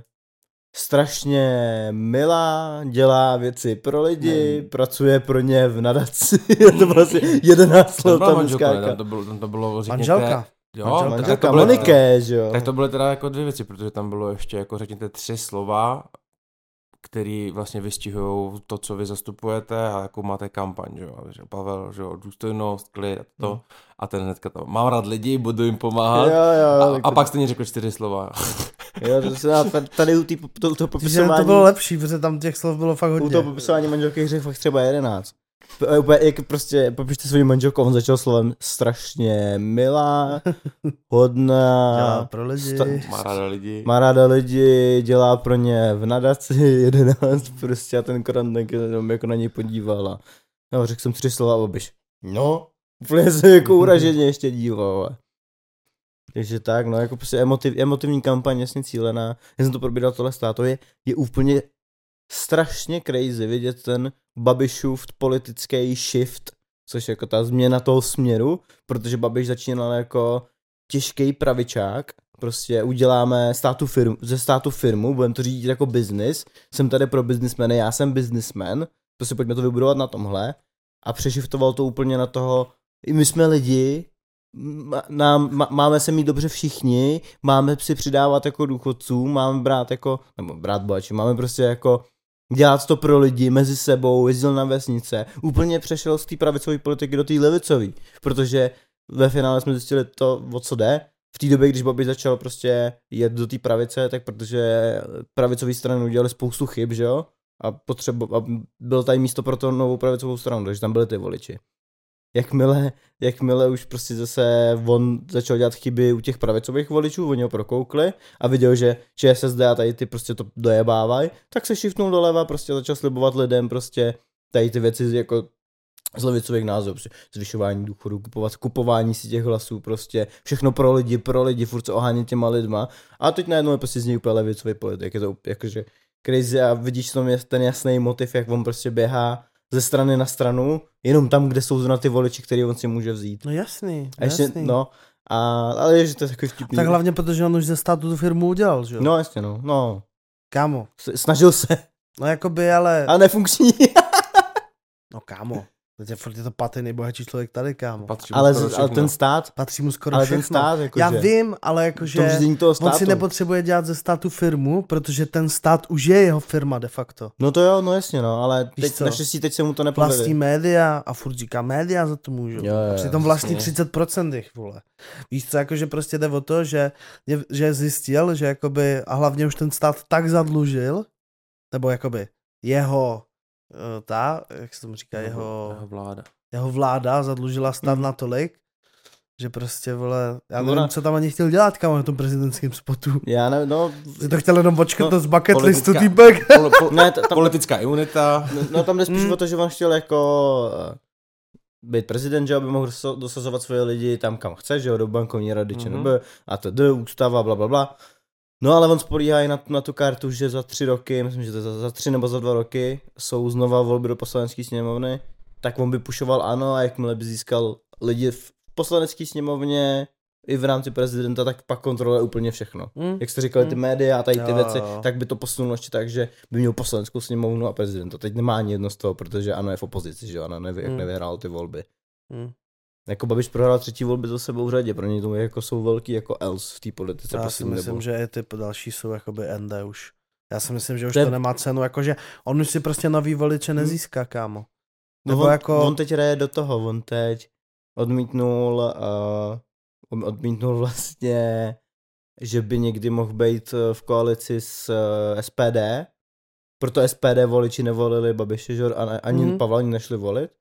strašně milá, dělá věci pro lidi, pracuje pro ně v nadaci. To bylo asi 11 slov tam skáka. Tam to bylo manželka. Manželka Moniké, že jo. Tak to byly teda jako 2 věci, protože tam bylo ještě jako řekněte 3 slova, který vlastně vystihují to, co vy zastupujete a jakou máte kampaň, že jo. Pavel, že jo, důstojnost, klid a to. A ten hnedka tam, mám rád lidi, budu jim pomáhat. Jo, a pak jste řekl 4 slova. Jo, to se dá tady u toho popisování. To bylo lepší, protože tam těch slov bylo fakt hodně. U toho popisování manželky řekl fakt třeba 11. Jak prostě popište svou manželku, on začal slovem strašně milá, hodná, dělá pro lidi, má ráda lidi, dělá pro ně v nadaci 11 prostě a ten Korantek jako na něj podíval a no, řekl jsem 3 slova a Babiš. No, úplně se jako uraženě ještě díval. Takže tak, no jako prostě emotivní kampaň jasně cílená. Já jsem to probíral tohle státo, je úplně strašně crazy vidět ten Babišův politický shift, což je jako ta změna toho směru, protože Babiš začínal jako těžký pravičák, prostě uděláme ze státu firmu, budeme to řídit jako business, jsem tady pro businessmeny, já jsem businessman, prostě pojďme to vybudovat na tomhle a přešiftoval to úplně na toho, i my jsme lidi, máme se mít dobře všichni, máme si přidávat jako důchodcům, máme brát bohači, máme prostě jako dělat to pro lidi mezi sebou, jezdil na vesnice, úplně přešel z té pravicové politiky do té levicové, protože ve finále jsme zjistili to, o co jde. V té době, když Babiš začal prostě jet do té pravice, tak protože pravicové strany udělali spoustu chyb, že jo? A bylo tady místo pro to novou pravicovou stranu, takže tam byly ty voliči. Jakmile už prostě zase on začal dělat chyby u těch pravicových voličů, oni ho prokoukli a viděl, že ČSSD a tady ty prostě to dojebávají, tak se shiftnul doleva, prostě začal slibovat lidem prostě tady ty věci jako z levicových názorů, prostě zvyšování důchodů, kupování si těch hlasů, prostě všechno pro lidi, furt se ohánět těma lidma a teď najednou je prostě z něj úplně levicový politik, je to jakože crazy a vidíš tam ten jasný motiv, jak on prostě běhá ze strany na stranu, jenom tam, kde jsou zrovna ty voliči, který on si může vzít. No jasný, a ještě, jasný. No, ale je, že to je takový vtipný. Tak hlavně, protože on už ze státu tu firmu udělal, že jo? No jasně, no. Kámo. Snažil se. No jakoby, ale... A nefunkční. No kámo. Furt je to patý nejbohatší člověk tady, kámo. Ale ten stát. Patří mu skoro ale všechno. Ten stát, jakože. Já vím, ale jakože on si nepotřebuje dělat ze státu firmu, protože ten stát už je jeho firma de facto. No to jo, no jasně, no, ale naštěstí teď se mu to nepovede. Vlastní média a furt říká média za to můžou. Jo, přitom vlastní 30% jich, vole. Víš co, jakože prostě jde o to, že zjistil, že jakoby, a hlavně už ten stát tak zadlužil, nebo jakoby jeho jak se tomu říká, jeho vláda zadlužila stát natolik, že prostě, vole, já nevím, co tam ani chtěl dělat, kámo, na tom prezidentském spotu. Já nevím, no. Jsi to chtěl jenom odškrtnout z bucket listu, týpek. Politická imunita. No tam jde spíš o to, že on chtěl jako být prezident, že aby mohl dosazovat svoje lidi tam, kam chce, že jo, do bankovní rady, ČNB, a to ústava, blablabla. No ale on spolíhá i na tu kartu, že za 3 roky, myslím, že to za 3 nebo za 2 roky jsou znova volby do poslanecké sněmovny, tak on by pušoval ano a jakmile by získal lidi v poslanecké sněmovně i v rámci prezidenta, tak pak kontroluje úplně všechno. Jak jste říkali, ty média a tady ty věci, tak by to posunulo ještě tak, že by měl poslaneckou sněmovnu a prezidenta. Teď nemá ani jedno z toho, protože ano je v opozici, že jo, ano neví, jak nevyhrál ty volby. Jako Babiš prohrál 3. volby za sebou v řadě, pro něj to jako jsou velký jako else v té politice. Já si myslím, že ty další jsou jakoby ND už. Já si myslím, že už to nemá cenu, jakože on už si prostě nový voliče nezíská, kámo. No on teď hraje do toho, on teď odmítnul vlastně, že by někdy mohl být v koalici s SPD, proto SPD voliči nevolili Babiše, že ani Pavla ani nešli volit.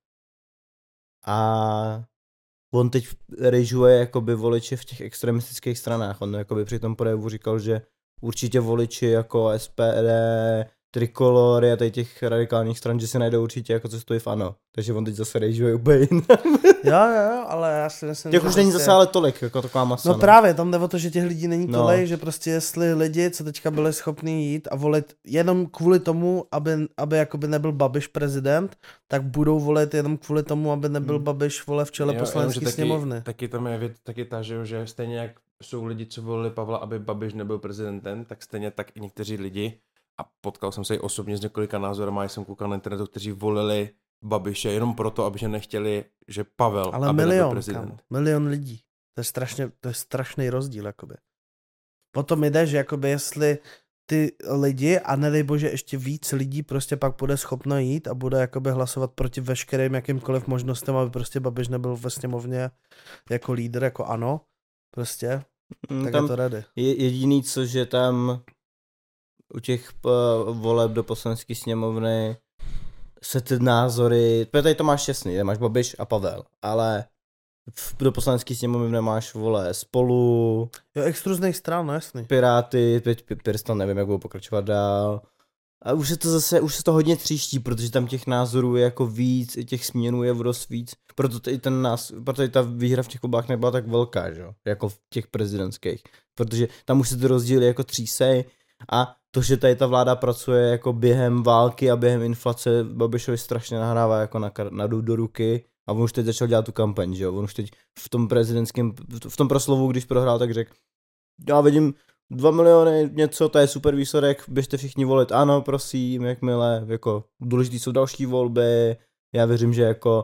A on teď rejžuje jakoby voliči v těch extremistických stranách. On jakoby při tom projevu říkal, že určitě voliči jako SPD, Trikolory a tady těch radikálních stran, že si najdou určitě jako co stojí v ANO. Takže on teď zase rejžuje úplně jinak. Jo, ale já si myslím, těch už není zase ale tolik, jako taková masa. No právě, tam jde o to, že těch lidí není tolik, že prostě jestli lidi, co teďka byli schopní jít a volit jenom kvůli tomu, aby jakoby nebyl Babiš prezident, tak budou volit jenom kvůli tomu, aby nebyl Babiš v čele poslanecké sněmovny. Taky tam je taky ta, že stejně jak jsou lidi, co volili Pavla, aby Babiš nebyl prezidentem, tak stejně tak i někteří lidi, a potkal jsem se i osobně s několika názorama, jsem koukal na internetu, kteří volili Babiše jenom proto, aby nechtěli, že Pavel, ale aby nebyl prezident. Milion lidí. To je strašný rozdíl, jakoby. Potom jde, že jakoby jestli ty lidi, a nedej bože ještě víc lidí prostě pak bude schopno jít a bude jakoby hlasovat proti veškerým jakýmkoliv možnostem, aby prostě Babiš nebyl ve sněmovně jako lídr, jako ANO, prostě, tak je to rady. Jediný, co že tam u těch voleb do poslanecké sněmovny se ty názory, tady to máš jasný, máš Babiš a Pavel, ale do poslanecké sněmovny nemáš, vole, Spolu. Jo, x různých stran, no jasný. Piráty, Pirstan, nevím, jak budou pokračovat dál. A už se to hodně tříští, protože tam těch názorů je jako víc, i těch směnů je dost víc. Proto i ta výhra v těch volbách nebyla tak velká, že? Jako v těch prezidentských. Protože tam už se ty rozdíly jako třísej a to, že tady ta vláda pracuje jako během války a během inflace, Babišovi strašně nahrává jako do ruky a on už teď začal dělat tu kampaň, že jo, on už teď v tom proslovu, když prohrál, tak řekl, já vidím 2 miliony, něco, to je super výsledek, běžte všichni volit, ano, prosím, jakmile, jako důležitý jsou další volby, já věřím, že jako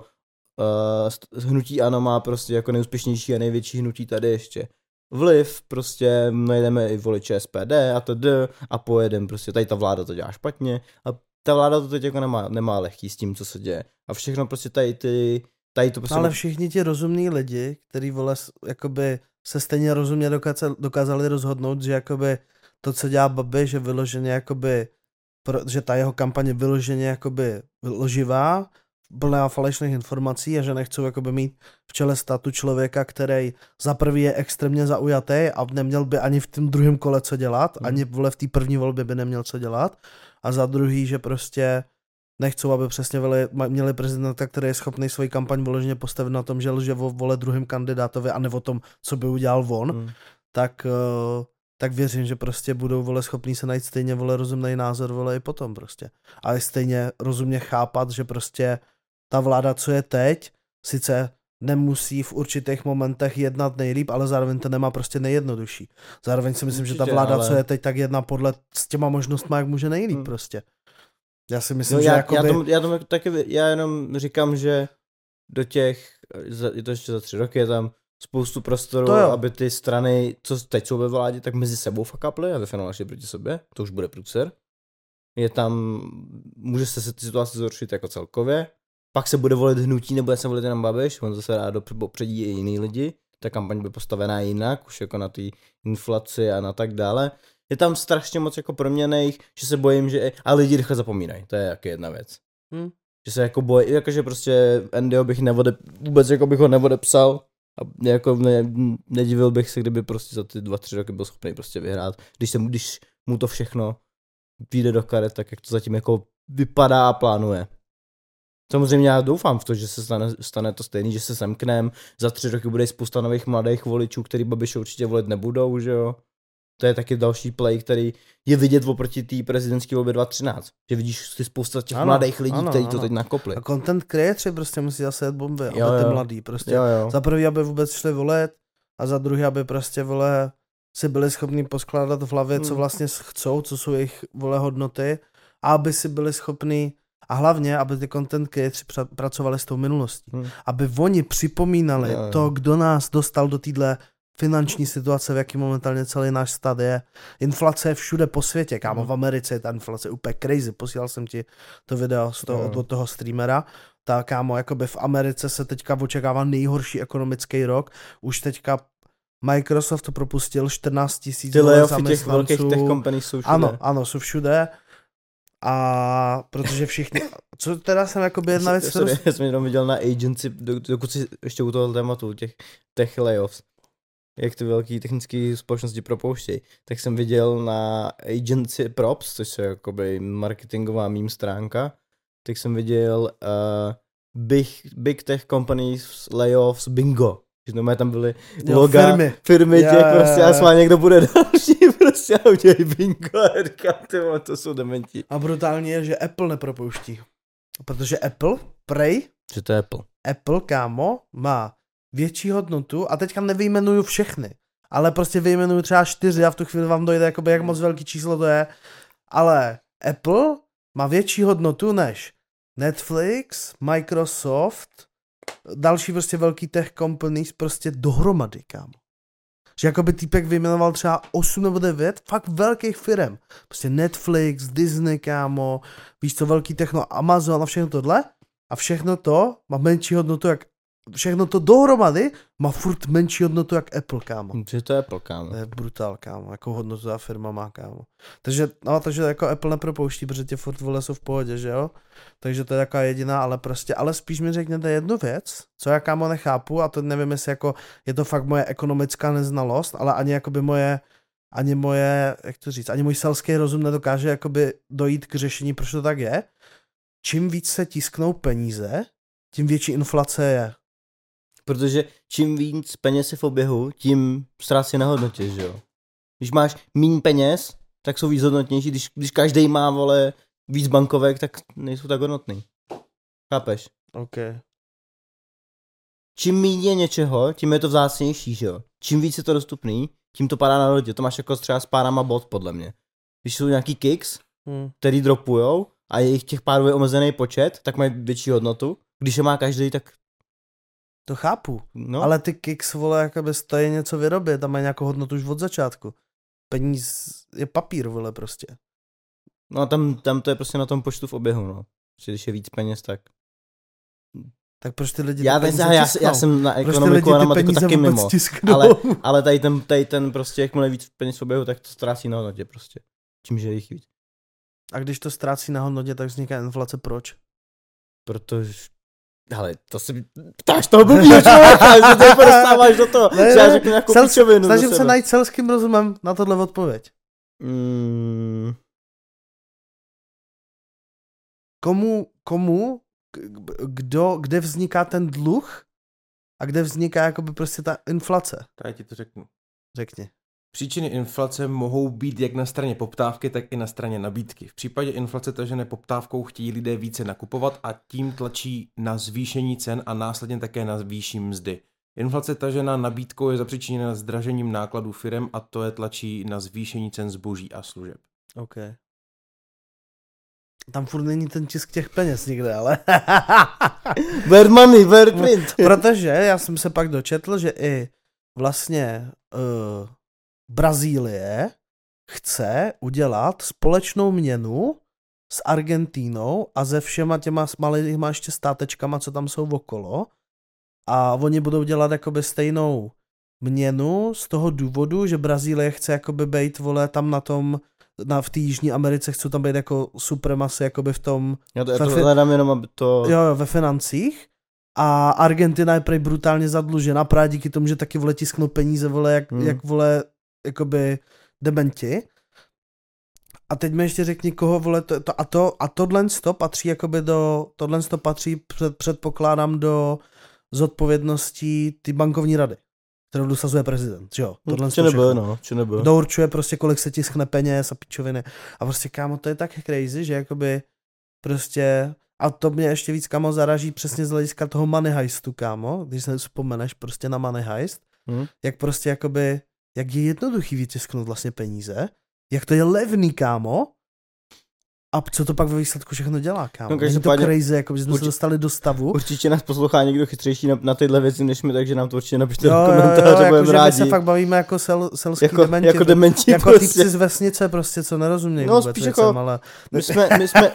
hnutí ANO má prostě jako nejúspěšnější a největší hnutí tady ještě vliv, prostě najdeme i voliče SPD a td. A pojedem, prostě tady ta vláda to dělá špatně a ta vláda to teď jako nemá lehký s tím, co se děje. A všechno prostě tady to prostě... Ale všichni ti rozumní lidi, který vole, jakoby se stejně rozumně dokázali rozhodnout, že jakoby to, co dělá Babiš, že vyloženě jakoby, že ta jeho kampaně vyloženě jakoby lživá, plná falešných informací a že nechcou jakoby mít v čele státu člověka, který za prvý je extrémně zaujatý a neměl by ani v tom druhém kole co dělat, ani vole v té první volbě by neměl co dělat a za druhý, že prostě nechcou, aby přesně měli prezidenta, který je schopný svoji kampaň vyloženě postavit na tom, že lže vole druhým kandidátovi a ne o tom, co by udělal on, tak věřím, že prostě budou vole schopní se najít stejně vole rozumný názor vole i potom prostě. Ale stejně rozumně chápat, že prostě ta vláda, co je teď, sice nemusí v určitých momentech jednat nejlíp, ale zároveň to nemá prostě nejjednodušší. Zároveň si myslím, že ta vláda, co je teď, tak jedná podle s těma možnostmi, jak může nejlíp prostě. Já si myslím, že jakoby... Já jenom říkám, že do těch, je to ještě za 3 roky, je tam spoustu prostoru, aby ty strany, co teď jsou ve vládě, tak mezi sebou fakaply a ve finále ještě proti sobě, to už bude průser. Je tam, může se ty situace zhoršit jako celkově, pak se bude volit hnutí, nebo se volit jenom Babiš, on zase rád popředí i jiný lidi, ta kampaň bude postavená jinak, už jako na té inflaci a na tak dále. Je tam strašně moc jako proměnných, že se bojím, že a lidi rychle zapomínají, to je jako jedna věc. Že se jako bojím, jakože prostě Andyho bych vůbec jako bych ho neodepsal a jako nedivil bych se, kdyby prostě za ty 2-3 roky byl schopný prostě vyhrát, když mu to všechno vyjde do karet, tak jak to zatím jako vypadá a plánuje. Samozřejmě já doufám v to, že se stane to stejný, že se semknem, za 3 roky bude spousta nových mladých voličů, který Babiše určitě volit nebudou, že jo. To je taky další play, který je vidět oproti té prezidentské volbě 2013. Že vidíš si spousta těch mladých lidí, kteří to teď nakopli. A content creator prostě musí zase jet bomby, aby ty mladý prostě. Za prvý, aby vůbec šli volit a za druhý, aby prostě vole si byli schopni poskládat v hlavě, co vlastně chcou, co jsou jejich vole hodnoty a aby si byli schopni a hlavně, aby ty content creators pracovali s tou minulostí. Aby oni připomínali to, kdo nás dostal do téhle finanční situace, v jaký momentálně celý náš stát je. Inflace je všude po světě, kámo, v Americe je ta inflace úplně crazy. Posílal jsem ti to video od toho streamera. Ta kámo, jakoby v Americe se teďka očekává nejhorší ekonomický rok. Už teďka Microsoft to propustil 14 000 zaměstnanců. Těch velkých tech company jsou všude. Ano, jsou všude. A protože všichni, co teda jsem jakoby jedna věc... Já jsem jenom viděl na agency, dokud si ještě u toho tématu, těch tech layoffs, jak ty velké technické společnosti propouštějí, tak jsem viděl na agency props, což je jakoby marketingová meme stránka, tak jsem viděl big tech companies layoffs bingo. Že tam byly loga firmy těch prostě a svá někdo bude další prostě a udělají bingo a říkám, to jsou dementi. A brutální je, že Apple nepropouští. Protože Apple, že to je Apple. Apple, kámo, má větší hodnotu a teďka nevyjmenuju všechny, ale prostě vyjmenuju třeba 4 a v tu chvíli vám dojde, jakoby, jak moc velký číslo to je, ale Apple má větší hodnotu než Netflix, Microsoft, další prostě velký tech companies prostě dohromady, kámo. Že jakoby týpek vyjmenoval třeba 8 nebo 9 fakt velkých firem. Prostě Netflix, Disney, kámo, víš co, velký techno, Amazon a všechno tohle. A všechno to má menší hodnotu jak všechno to dohromady má furt menší hodnotu jak Apple, kámo. Že to je Apple, kámo. To je brutál, kámo. Jakou hodnotu ta firma má, kámo. Takže jako Apple nepropouští, protože tě furt vole jsou v pohodě, že jo? Takže to je taková jediná, ale spíš mi řekněte jednu věc, co já, kámo, nechápu, a to nevím, jestli jako je to fakt moje ekonomická neznalost, ale ani jakoby moje, jak to říct, ani můj selský rozum nedokáže jakoby dojít k řešení, proč to tak je. Čím víc se tisknou peníze, tím větší inflace je. Protože čím víc peněz je v oběhu, tím ztrácí na hodnotě, že jo. Když máš míň peněz, tak jsou víc hodnotnější, když každý má, vole, víc bankovek, tak nejsou tak hodnotný. Chápeš? OK. Čím méně je něčeho, tím je to vzácnější, že jo? Čím víc je to dostupný, tím to padá na lodě. To máš jako třeba s párama bot, podle mě. Když jsou nějaký kicks, který dropujou a jejich těch párů je omezený počet, tak mají větší hodnotu. Když je má každý, tak... To chápu, No. ale ty kicks, vole, jakoby stojí něco vyrobit, tam mají nějakou hodnotu už od začátku. Peníz je papír, vole, prostě. No a tam to je prostě na tom počtu v oběhu, no. Když je víc peněz, tak... Tak proč ty lidi Já jsem na ekonomiku a na matiku taky mimo. Ale tady ten prostě, jak mu víc peněz v oběhu, tak to ztrácí na hodnotě prostě. Čím, že jich víc. A když to ztrácí na hodnotě, tak vzniká inflace, proč? Protože... Ale to si ptáš toho blbýho člověka, že teď dostáváš do toho. Ne, já řeknu nějakou pičovinu. Snažím se najít selským rozumem na tohle odpověď. Kde vzniká ten dluh a kde vzniká jakoby prostě ta inflace? Tak já ti to řeknu. Řekni. Příčiny inflace mohou být jak na straně poptávky, tak i na straně nabídky. V případě inflace tažené poptávkou chtějí lidé více nakupovat a tím tlačí na zvýšení cen a následně také na výšší mzdy. Inflace tažená nabídkou je zapříčiněna zdražením nákladů firem a to je tlačí na zvýšení cen zboží a služeb. OK. Tam furt není ten tisk těch peněz nikde, ale... Where money, where print. Protože já jsem se pak dočetl, že i vlastně Brazílie chce udělat společnou měnu s Argentínou a se všema těma malýma ještě státečkama, co tam jsou okolo. A oni budou dělat jakoby stejnou měnu z toho důvodu, že Brazílie chce jakoby bejt, vole, tam na tom, v té Jižní Americe chcou tam být jako supremacy jakoby v tom... Já to hledám jenom, aby to... Jo, ve financích. A Argentina je prej brutálně zadlužená právě díky tomu, že taky, vole, tisknou peníze, vole, jak vole, jakoby dementi. A teď mi ještě řekni, koho, vole, a tohle patří jakoby tohle patří, předpokládám, do zodpovědností ty bankovní rady, kterou dosazuje prezident, že jo? Kdo určuje prostě, kolik se tiskne peněz a pičoviny. A prostě, kámo, to je tak crazy, že jakoby prostě, a to mě ještě víc, kámo, zaraží přesně z hlediska toho money heistu, kámo, když se vzpomeneš prostě na money heist, jak prostě jakoby, jak je jednoduchý vytisknout vlastně peníze, jak to je levný, kámo, a co to pak ve výsledku všechno dělá, kámo? No, není to crazy, jako, že jsme se dostali do stavu. Určitě nás poslouchá někdo chytřejší na tyhle věci než my, takže nám to určitě napište do komentáře, budeme rádi. My se fakt bavíme jako selský dementi. Jako dementi jako prostě. Týpci z vesnice prostě, co nerozumějí no, vůbec věcem, jako, ale... My jsme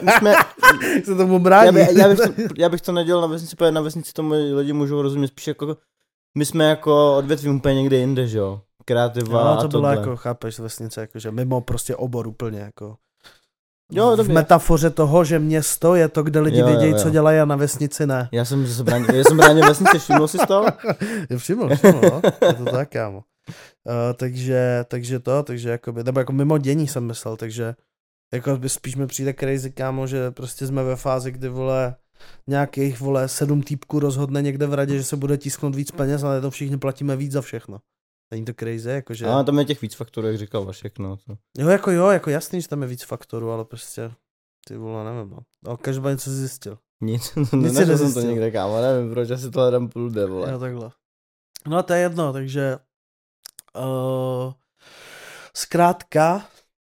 se tomu brání. Já bych to nedělal na vesnici, protože na vesnici tomu lidi můžou rozumět, spíš jako, my jsme jako odvětvím úplně někde jinde, že jo? Kreativa no, a to bylo tohle. jako, chápeš, vesnice, jakože mimo prostě obor úplně, jako... Jo, v metafoře toho, že město je to, kde lidi vědějí, co dělají a na vesnici ne. Já jsem bránil vesnici, všiml jsi z toho? Všiml, no. Je to tak, kámo. Takže jakoby, nebo jako mimo dění jsem myslel, takže jako spíš mi přijde crazy, kámo, že prostě jsme ve fázi, kdy, vole, nějakých, vole, 7 týpků rozhodne někde v radě, že se bude tisknout víc peněz, ale to všichni platíme víc za všechno. Není to crazy, jakože... A tam je těch víc faktorů, jak říkal Vašek, no. To... jako jasný, že tam je víc faktorů, ale prostě, ty vole, nevím, no. No, každopádně co jsi zjistil? Nic jsem to někde, kámo, nevím, proč asi to hledám půl jde, vole. Jo, takhle. No a to je jedno, takže... zkrátka,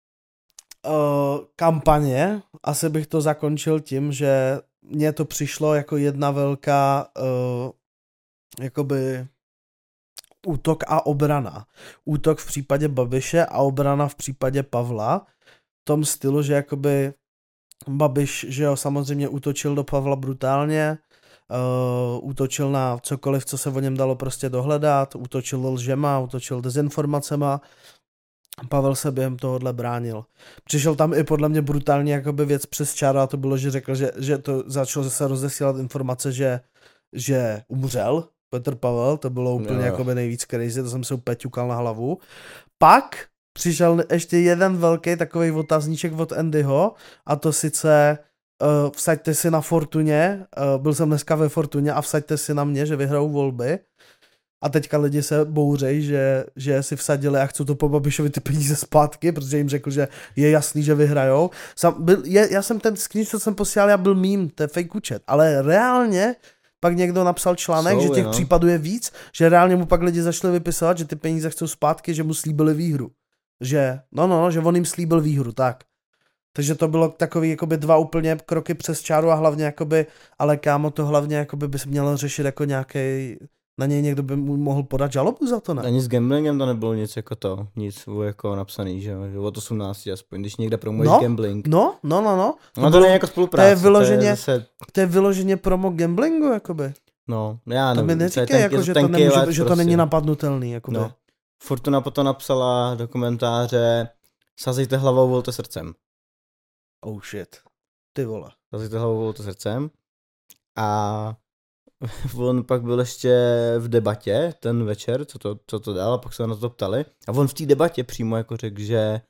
kampaně, asi bych to zakončil tím, že mně to přišlo jako jedna velká, jakoby... útok a obrana. Útok v případě Babiše a obrana v případě Pavla. V tom stylu, že jakoby Babiš, že jo, samozřejmě útočil do Pavla brutálně, útočil na cokoliv, co se o něm dalo prostě dohledat, útočil lžema, útočil dezinformacema. Pavel se během tohohle bránil. Přišel tam i podle mě brutálně jakoby věc přes čáru a to bylo, že řekl, že to začalo se rozesílat informace, že umřel Petr Pavel, to bylo úplně jakoby nejvíc crazy, to jsem se úplně ťukal na hlavu. Pak přišel ještě jeden velký takovej otazníček od Andyho a to sice vsaďte si na Fortuně, byl jsem dneska ve Fortuně a vsaďte si na mě, že vyhrajou volby. A teďka lidi se bouřejí, že si vsadili a chcou to po Babišovi ty peníze zpátky, protože jim řekl, že je jasný, že vyhrajou. Já jsem ten screenshot jsem posílal, já byl mím, to je fake účet, ale reálně pak někdo napsal článek, že těch případů je víc, že reálně mu pak lidi zašli vypisovat, že ty peníze chcou zpátky, že mu slíbili výhru. Že, že on jim slíbil výhru, tak. Takže to bylo takový jakoby 2 úplně kroky přes čáru a hlavně jakoby, ale kámo, to hlavně jakoby by se mělo řešit jako nějaký, na něj někdo by mu mohl podat žalobu za to, ne? Ani s gamblingem to nebylo nic jako to, nic jako napsaný, že od 18 aspoň, když někde promuješ gambling. No. No to není jako spolupráce. To je vyloženě promo gamblingu, jakoby. No, já nevím. To mi neříkej, jako, že to není napadnutelný, jakoby. No. Fortuna potom napsala do komentáře, sazejte hlavou, volte srdcem. Oh shit. Ty vole. Sazejte hlavou, volte srdcem. A on pak byl ještě v debatě ten večer, co to dal, a pak se na to ptali. A on v té debatě přímo jako řekl,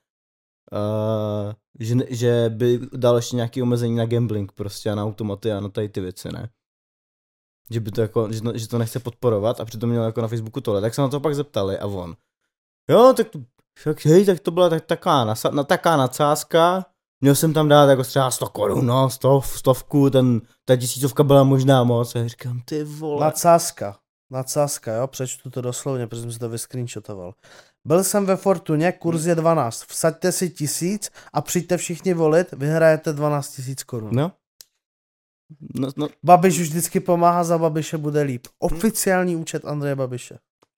že by dal ještě nějaké omezení na gambling prostě a na automaty a na tady ty věci, ne? Že by to jako, že to nechce podporovat a přitom měl jako na Facebooku tohle. Tak se na to pak zeptali a on. Jo, tak to byla taková nadsázka. Měl jsem tam dát jako třeba 100 korun, no, stovku, ta 1000 byla možná moc. A říkám, ty vole. Nadsázka, jo, přečtu to doslovně, protože jsem si to vyscreenshotoval. Byl jsem ve Fortuně, kurz je 12. Vsaďte si 1000 a přijďte všichni volit, vyhrajete 12 000 korun. No. Babiš už vždycky pomáhá, za Babiše bude líp. Oficiální účet Andreje Babiše.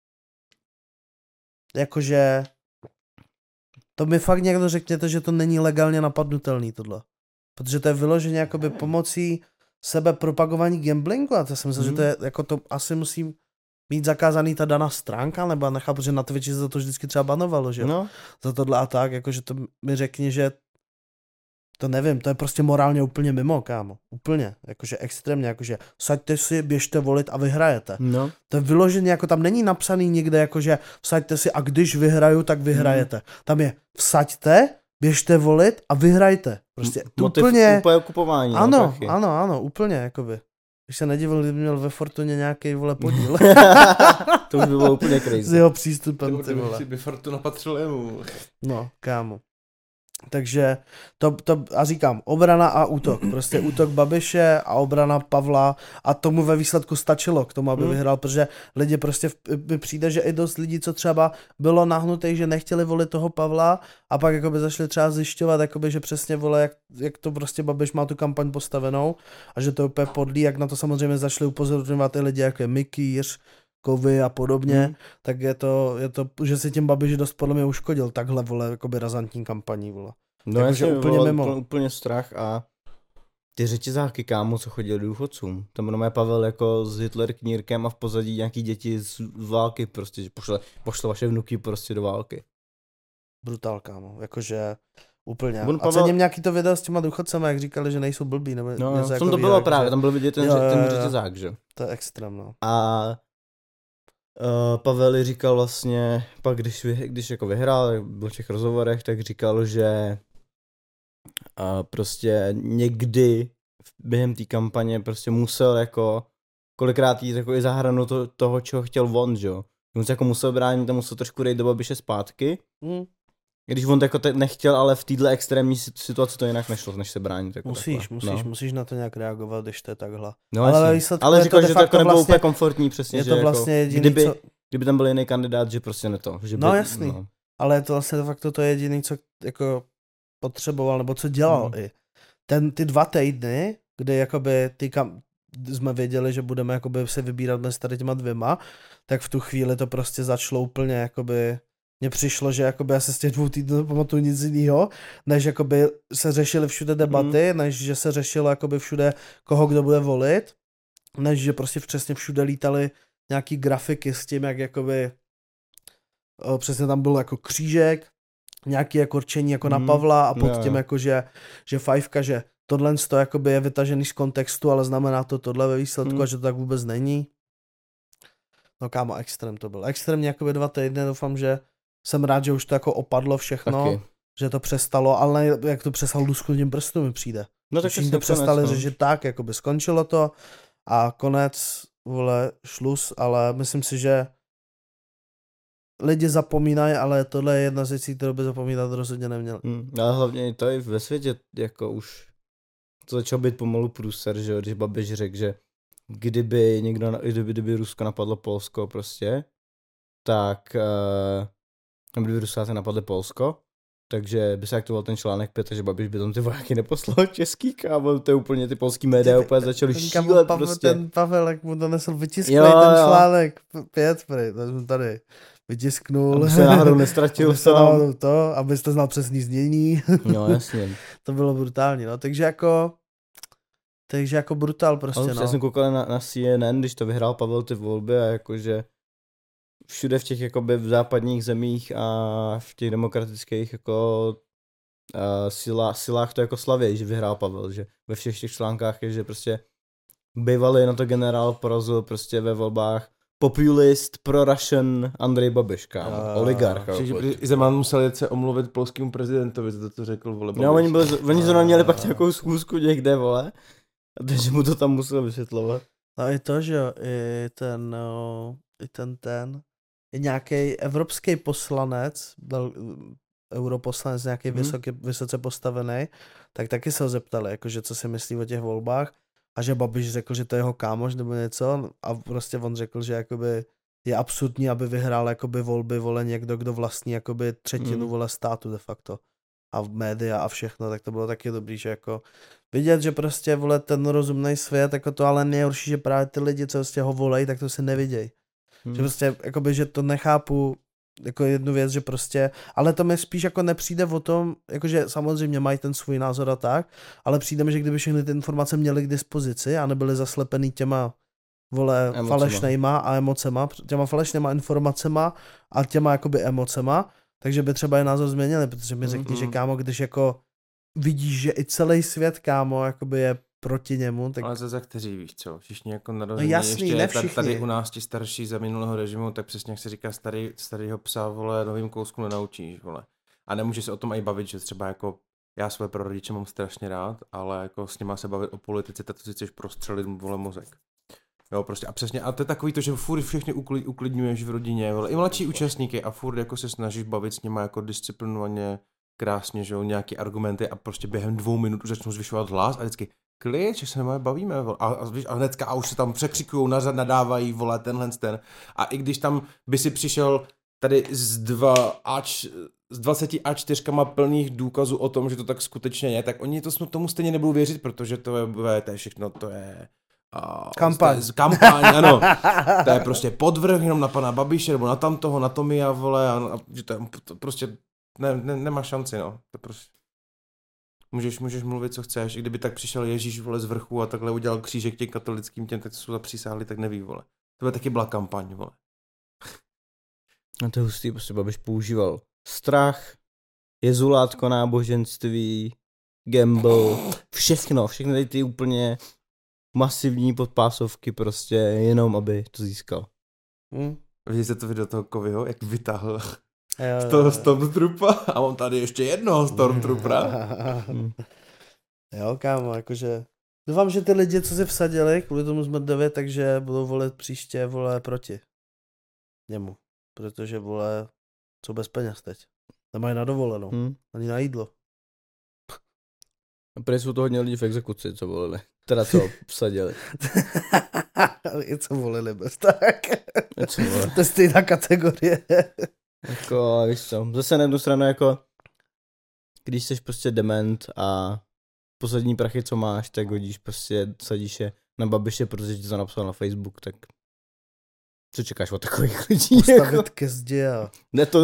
Jakože to mi fakt někdo řekněte, že to není legálně napadnutelný tohle. Protože to je vyloženě jakoby pomocí sebe propagování gamblingu a to jsem myslel, že to je jako to asi musím mít zakázaný ta daná stránka, nebo nechápu, protože na Twitchi se za to vždycky třeba banovalo, že jo? No. Za tohle a tak, jakože to mi řekni, že to nevím, to je prostě morálně úplně mimo, kámo. Úplně, jakože extrémně, jakože vsaďte si, běžte volit a vyhrajete. No. To je vyloženě, jako tam není napsaný nikde, jakože vsaďte si a když vyhraju, tak vyhrajete. Tam je vsaďte, běžte volit a vyhrajte. Prostě úplně kupování. Ano, úplně, jakoby. Když se nedivil, kdyby měl ve Fortuně nějaký vole podíl. To už by bylo úplně crazy. S jeho přístupem, ty vole. By Fortuna patřil jemu. No, kámo. Takže to a říkám, obrana a útok. Prostě útok Babiše a obrana Pavla a tomu ve výsledku stačilo k tomu, aby vyhrál, protože lidi prostě mi přijde, že i dost lidí, co třeba bylo nahnutých, že nechtěli volit toho Pavla a pak jakoby zašli třeba zjišťovat, jakoby, že přesně vole, jak to prostě Babiš má tu kampaň postavenou a že to je úplně podlý, jak na to samozřejmě zašli upozorňovat i lidi, jako je Mikýř, Kovy a podobně, tak je to, že si tím Babiš dost podle mě uškodil takhle, vole, jakoby razantní kampaní, vole. No jasně, úplně mimo. Úplně strach a ty řetězáky, kámo, co chodili důchodcům. Tam jenom je Pavel jako s Hitler knírkem a v pozadí nějaký děti z války prostě, že pošle vaše vnuky prostě do války. Brutál, kámo, jakože úplně. A cením nějaký to video s těma důchodcema, jak říkali, že nejsou blbí, nebo něco jako to bylo jako, právě, tam byl vidět ten řetězák, že? To je extrém, no. A Pavel říkal vlastně, pak když jako vyhrál, byl v těch rozhovorech, tak říkal, že prostě někdy během té kampaně prostě musel jako kolikrát jít jako i za hranu toho, čeho chtěl on, že jo. On se jako musel bránit a musel trošku dejt do Babiše zpátky. Když on to jako nechtěl, ale v této extrémní situaci to jinak nešlo, než se bránit. Jako musíš na to nějak reagovat, když to je takhle. No, ale říkal, že to jako nebylo úplně komfortní, přesně. Je to že vlastně jako, jediný, kdyby tam byl jiný kandidát, že prostě ne to. Že jasný. No. Ale je to vlastně de facto to jediný, co jako potřeboval, nebo co dělal i. Ty 2 týdny, kdy jakoby jsme věděli, že budeme jakoby se vybírat mezi tady těma 2, tak v tu chvíli to prostě začalo úplně jakoby. Mně přišlo, že jakoby já se z těch 2 týdnů nepamatuju nic jiného, než jakoby se řešily všude debaty, než že se řešilo jakoby všude, koho kdo bude volit, než že prostě přesně všude lítaly nějaký grafiky s tím, jak jakoby přesně tam byl jako křížek, nějaký jako rčení jako na Pavla a pod tím jako, že fajfka, že tohle jakoby je vytažený z kontextu, ale znamená to tohle ve výsledku a že to tak vůbec není. No kámo, extrém to byl. Extrémně jakoby 2 týdny, doufám, že jsem rád, že už to jako opadlo všechno, taky. Že to přestalo, ale jak to přestalo lusknutím prstu mi přijde. No tak to přestali řešit tak, jakoby skončilo to a konec, vole, šlus, ale myslím si, že lidi zapomínají, ale tohle je jedna z věcí, kterou by zapomínat rozhodně neměl. Ale hlavně i to i ve světě, jako už to začal být pomalu průser, že jo, když Babiš řekl, že kdyby Rusko napadlo Polsko prostě, tak kdyby Rusáci napadli Polsko, takže by se aktivoval ten článek 5, že Babiš by tam ty vojáky neposlal český, kámo, to je úplně ty polský média úplně začaly šílet prostě. Ten Pavel, jak mu donesl vytiskl ten článek 5, prej, to jsem tady vytisknul. Aby se náhodou nestratil sám. To, abyste znal přesný znění. No, jasně. To bylo brutální, no, takže jako brutál prostě, no. Já jsem koukal na CNN, když to vyhrál Pavel ty volby a jakože všude v těch jakoby v západních zemích a v těch demokratických jako silách to jako slavějí, že vyhrál Pavel, že ve všech těch článkách je, že prostě bývalý na to generál porazil prostě ve volbách populist pro-Russian Andrej Babiš, kámo, oligarch. Zeman musel jet se omluvit polskému prezidentovi, za to řekl, vole, Babiš. No, oni zrovna měli pak nějakou schůzku někde, vole, a takže mu to tam musel vysvětlovat. No i to, že jo, i ten je nějaký evropský poslanec, europoslanec nějaký vysoce postavený, tak taky se ho zeptali, jakože co si myslí o těch volbách a že Babiš řekl, že to je jeho kámoš nebo něco a prostě on řekl, že jakoby je absurdní, aby vyhrál jakoby volby, vole někdo, kdo vlastní jakoby třetinu vole státu de facto a média a všechno, tak to bylo taky dobrý, že jako vidět, že prostě vole ten rozumný svět, jako to ale nejhorší, že právě ty lidi, co prostě ho volejí, tak to si nevidějí. Že prostě, jakoby, že to nechápu jako jednu věc, že prostě, ale to mi spíš jako nepřijde o tom, jakože samozřejmě mají ten svůj názor a tak, ale přijde mi, že kdyby všechny ty informace měly k dispozici a nebyly zaslepený těma vole falešnejma a emocema, těma falešnýma informacema a těma jakoby emocema, takže by třeba i názor změnili, protože mi řekni, že kámo, když jako vidíš, že i celý svět, kámo, jakoby je proti němu, tak... Ale zase kteří, víš co, všichni jako narození, no jasný, ještě tady u nás ti starší za minulého režimu, tak přesně jak se říká, starýho psa, vole, novým kousku nenaučíš, vole. A nemůže se o tom i bavit, že třeba jako já svoje prarodiče mám strašně rád, ale jako s nima se bavit o politice, tak to si chceš prostřelit, vole, mozek. Jo, prostě a přesně, a to je takový to, že furt všechny uklidňuješ v rodině, vole, i mladší účastníky a furt jako se snažíš bavit s nima jako disciplinovaně, krásně, že jo, nějaký argumenty a prostě během 2 minut už začnou zvyšovat hlas a vždycky klid, že se nemáme bavíme, a hnedka a už se tam překřikujou, nadávají, vole, tenhle ten. A i když tam by si přišel tady z 24 plných důkazů o tom, že to tak skutečně je, tak oni tomu stejně nebudou věřit, protože to je všechno, to je... kampaň. Kampaň, ano. To je prostě podvrh jenom na pana Babiše, nebo na tamtoho, na Tomia, vole, a že to prostě nemá šanci, no. To prostě... Můžeš mluvit, co chceš, i kdyby tak přišel Ježíš, vole, z vrchu a takhle udělal křížek těm katolickým těm, tak jsou zapřísáhli, tak neví, vole. To by taky byla kampaň, vole. A to je hustý, prostě Babiš používal strach, jezulátko náboženství, gamble, všechny tady ty úplně masivní podpásovky prostě, jenom aby to získal. Vidíte to video toho Kovyho, jak vytáhl toho Stormtroopa a mám tady ještě jednoho Stormtroopera. Jo, kámo, jakože doufám, že ty lidi, co si vsadili kvůli tomu Zmrdovi, takže budou volit příště, vole, proti němu. Protože, vole, jsou bez peněz teď. Nemají na dovolenou, ani na jídlo. A prý jsou to hodně lidí v exekuci, co volili. Teda co vsadili. I co volili bez tak. To je stejná kategorie. Jako, víš co, zase na jednu stranu jako, když jsi prostě dement a poslední prachy, co máš, tak hodíš prostě, sadíš je na Babiše, protože ti to napsal na Facebook, tak co čekáš od takových lidí? Postavit jako? ke zdi a... Ne to,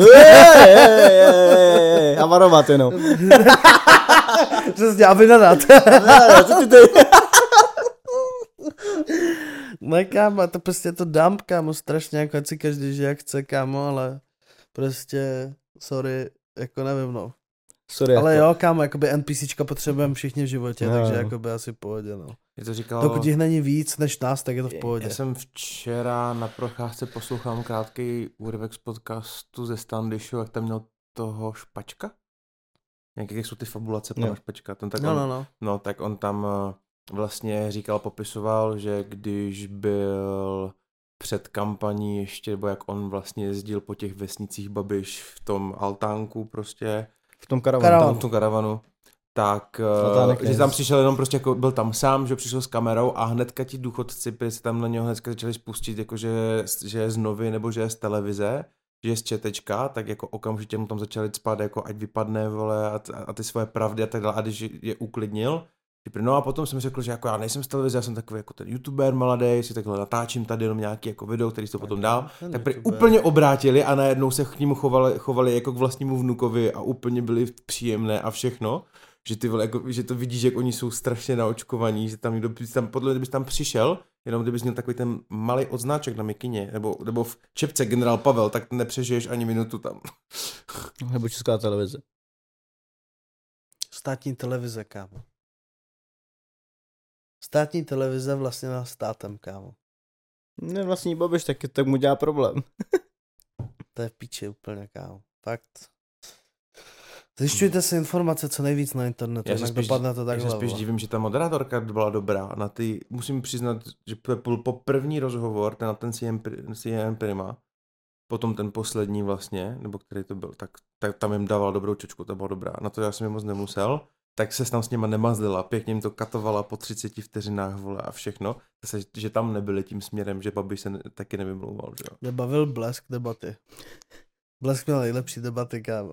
a varovat jenom. Přesně, aby nadat. Co ty tady? Ne, kámo, to prostě to dump, kámo, strašně, jako ať si každý žije jak chce, kámo, ale prostě, sorry, jako nevím, no. Sorry, ale jako... jo, kámo, jakoby NPCčka potřebujeme všichni v životě, no. Takže jakoby asi v pohodě, no. Je to říkal... Dokud jich není víc než nás, tak je to v pohodě. Já jsem včera na procházce poslouchal krátký úryvek z podcastu ze Standishu, jak tam měl toho Špačka. Jak jsou ty fabulace pana Špačka. No, tak on tam vlastně říkal, popisoval, že když byl před kampaní ještě, nebo jak on vlastně jezdil po těch vesnicích Babiš v tom altánku prostě. V tom karavanu. V tom karavanu. Tak, že tam přišel jenom prostě, jako byl tam sám, že přišel s kamerou a hnedka ti důchodci se tam na něho hnedka začali spustit, jako že je z novy nebo že je z televize, že je z četečka, tak jako okamžitě mu tam začali cpat, jako ať vypadne, vole, a ty svoje pravdy a tak dále, a když je uklidnil, no a potom jsem řekl, že jako já nejsem z televize, já jsem takový jako ten youtuber mladý, si takhle natáčím tady jenom nějaký jako video, který to potom dál, tak úplně obrátili a najednou se k němu chovali jako k vlastnímu vnukovi a úplně byli příjemné a všechno, že ty vole, jako, že to vidíš, jak oni jsou strašně naočkovaní, že tam někdo, podle kdybys tam přišel, jenom kdybys měl takový ten malý odznáček na mikině, nebo v čepce generál Pavel, tak nepřežiješ ani minutu tam. Nebo Česká televize. Státní televize, kámo. Státní televize vlastně na státem, kámo. Ne, vlastní Babiš, tak mu dělá problém. To je v píči úplně, kámo. Fakt. Zjišťujte si informace co nejvíc na internetu, jinak dopadne to takhle. Já se spíš divím, že ta moderátorka byla dobrá. Musím přiznat, že po první rozhovor, na ten CNN Prima, potom ten poslední vlastně, nebo který to byl, tak tam jim dával dobrou čočku, to byla dobrá. Na to já jsem je moc nemusel, tak se tam s nima nemazlila, pěkně jim to katovala po 30 vteřinách, vole, a všechno. Že tam nebyli tím směrem, že Babiš se taky nevymlouval, že jo. Nebavil Blesk debaty. Blesk měl nejlepší debaty, kámo.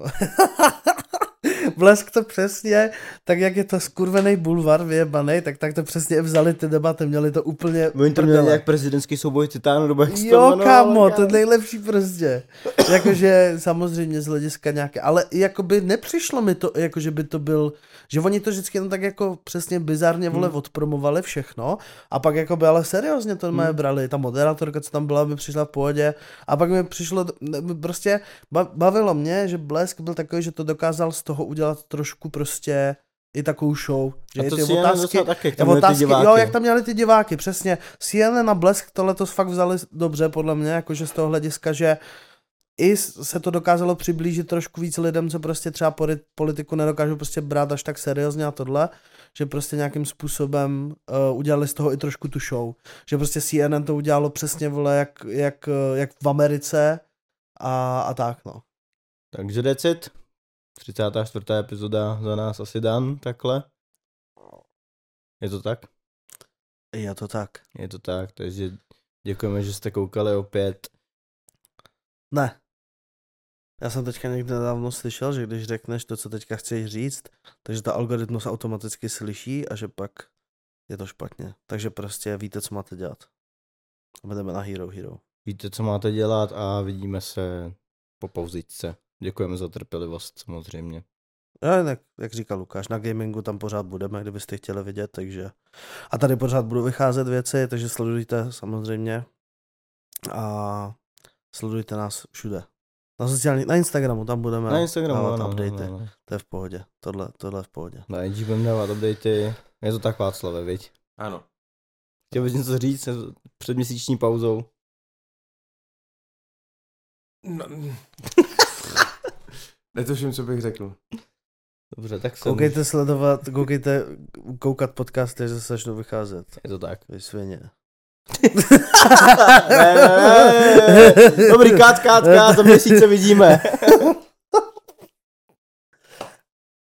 Blesk to přesně, tak jak je to skurvený bulvar vyjebanej, tak to přesně vzali ty debaty, měli to úplně oni to měli jak prezidentský souboj Titánu, nebo jak jo, kámo, to je nejlepší prostě. Jakože samozřejmě z hlediska nějaké, ale jakoby nepřišlo mi to, jakože by to byl, že oni to vždycky jenom tak jako přesně bizarně, vole, odpromovali všechno a pak jakoby, ale seriózně to mě brali, ta moderátorka, co tam byla, by přišla v pohodě a pak mi přišlo, prostě bavilo mě, že Blesk byl takový, že to dokázal z toho udělat trošku prostě i takovou show. Že a to ty otázky, taky, jo, jak tam měli ty diváky, přesně. CNN a Blesk to letos fakt vzali dobře, podle mě, jakože z toho hlediska, že i se to dokázalo přiblížit trošku víc lidem, co prostě třeba politiku nedokážou prostě brát až tak seriózně a tohle, že prostě nějakým způsobem udělali z toho i trošku tu show. Že prostě CNN to udělalo přesně, vole, jak v Americe a tak, no. Takže decit. 34. epizoda za nás asi dan, takhle. Je to tak? Je to tak. Je to tak, takže děkujeme, že jste koukali opět. Ne. Já jsem teďka někde nedávno slyšel, že když řekneš to, co teďka chceš říct, takže ta algoritmus automaticky slyší a že pak je to špatně. Takže prostě víte, co máte dělat. Jdeme na Hero. Víte, co máte dělat a vidíme se po pauzičce. Děkujeme za trpělivost, samozřejmě. Jak říkal Lukáš, na gamingu tam pořád budeme, kdybyste chtěli vidět, takže... A tady pořád budou vycházet věci, takže sledujte samozřejmě. A sledujte nás všude. Na Instagramu, tam budeme dávat updaty. No. To je v pohodě. Tohle je v pohodě. Na IG budeme dávat updaty. Je to tak, Václave, viď? Ano. Chtěl bys něco říct před měsíční pauzou? No. Netuším, co bych řekl. Dobře, tak se koukejte koukat podcasty, že se začnou vycházet. Je to tak. Vy svině. Dobrý, kát, za měsíc se vidíme.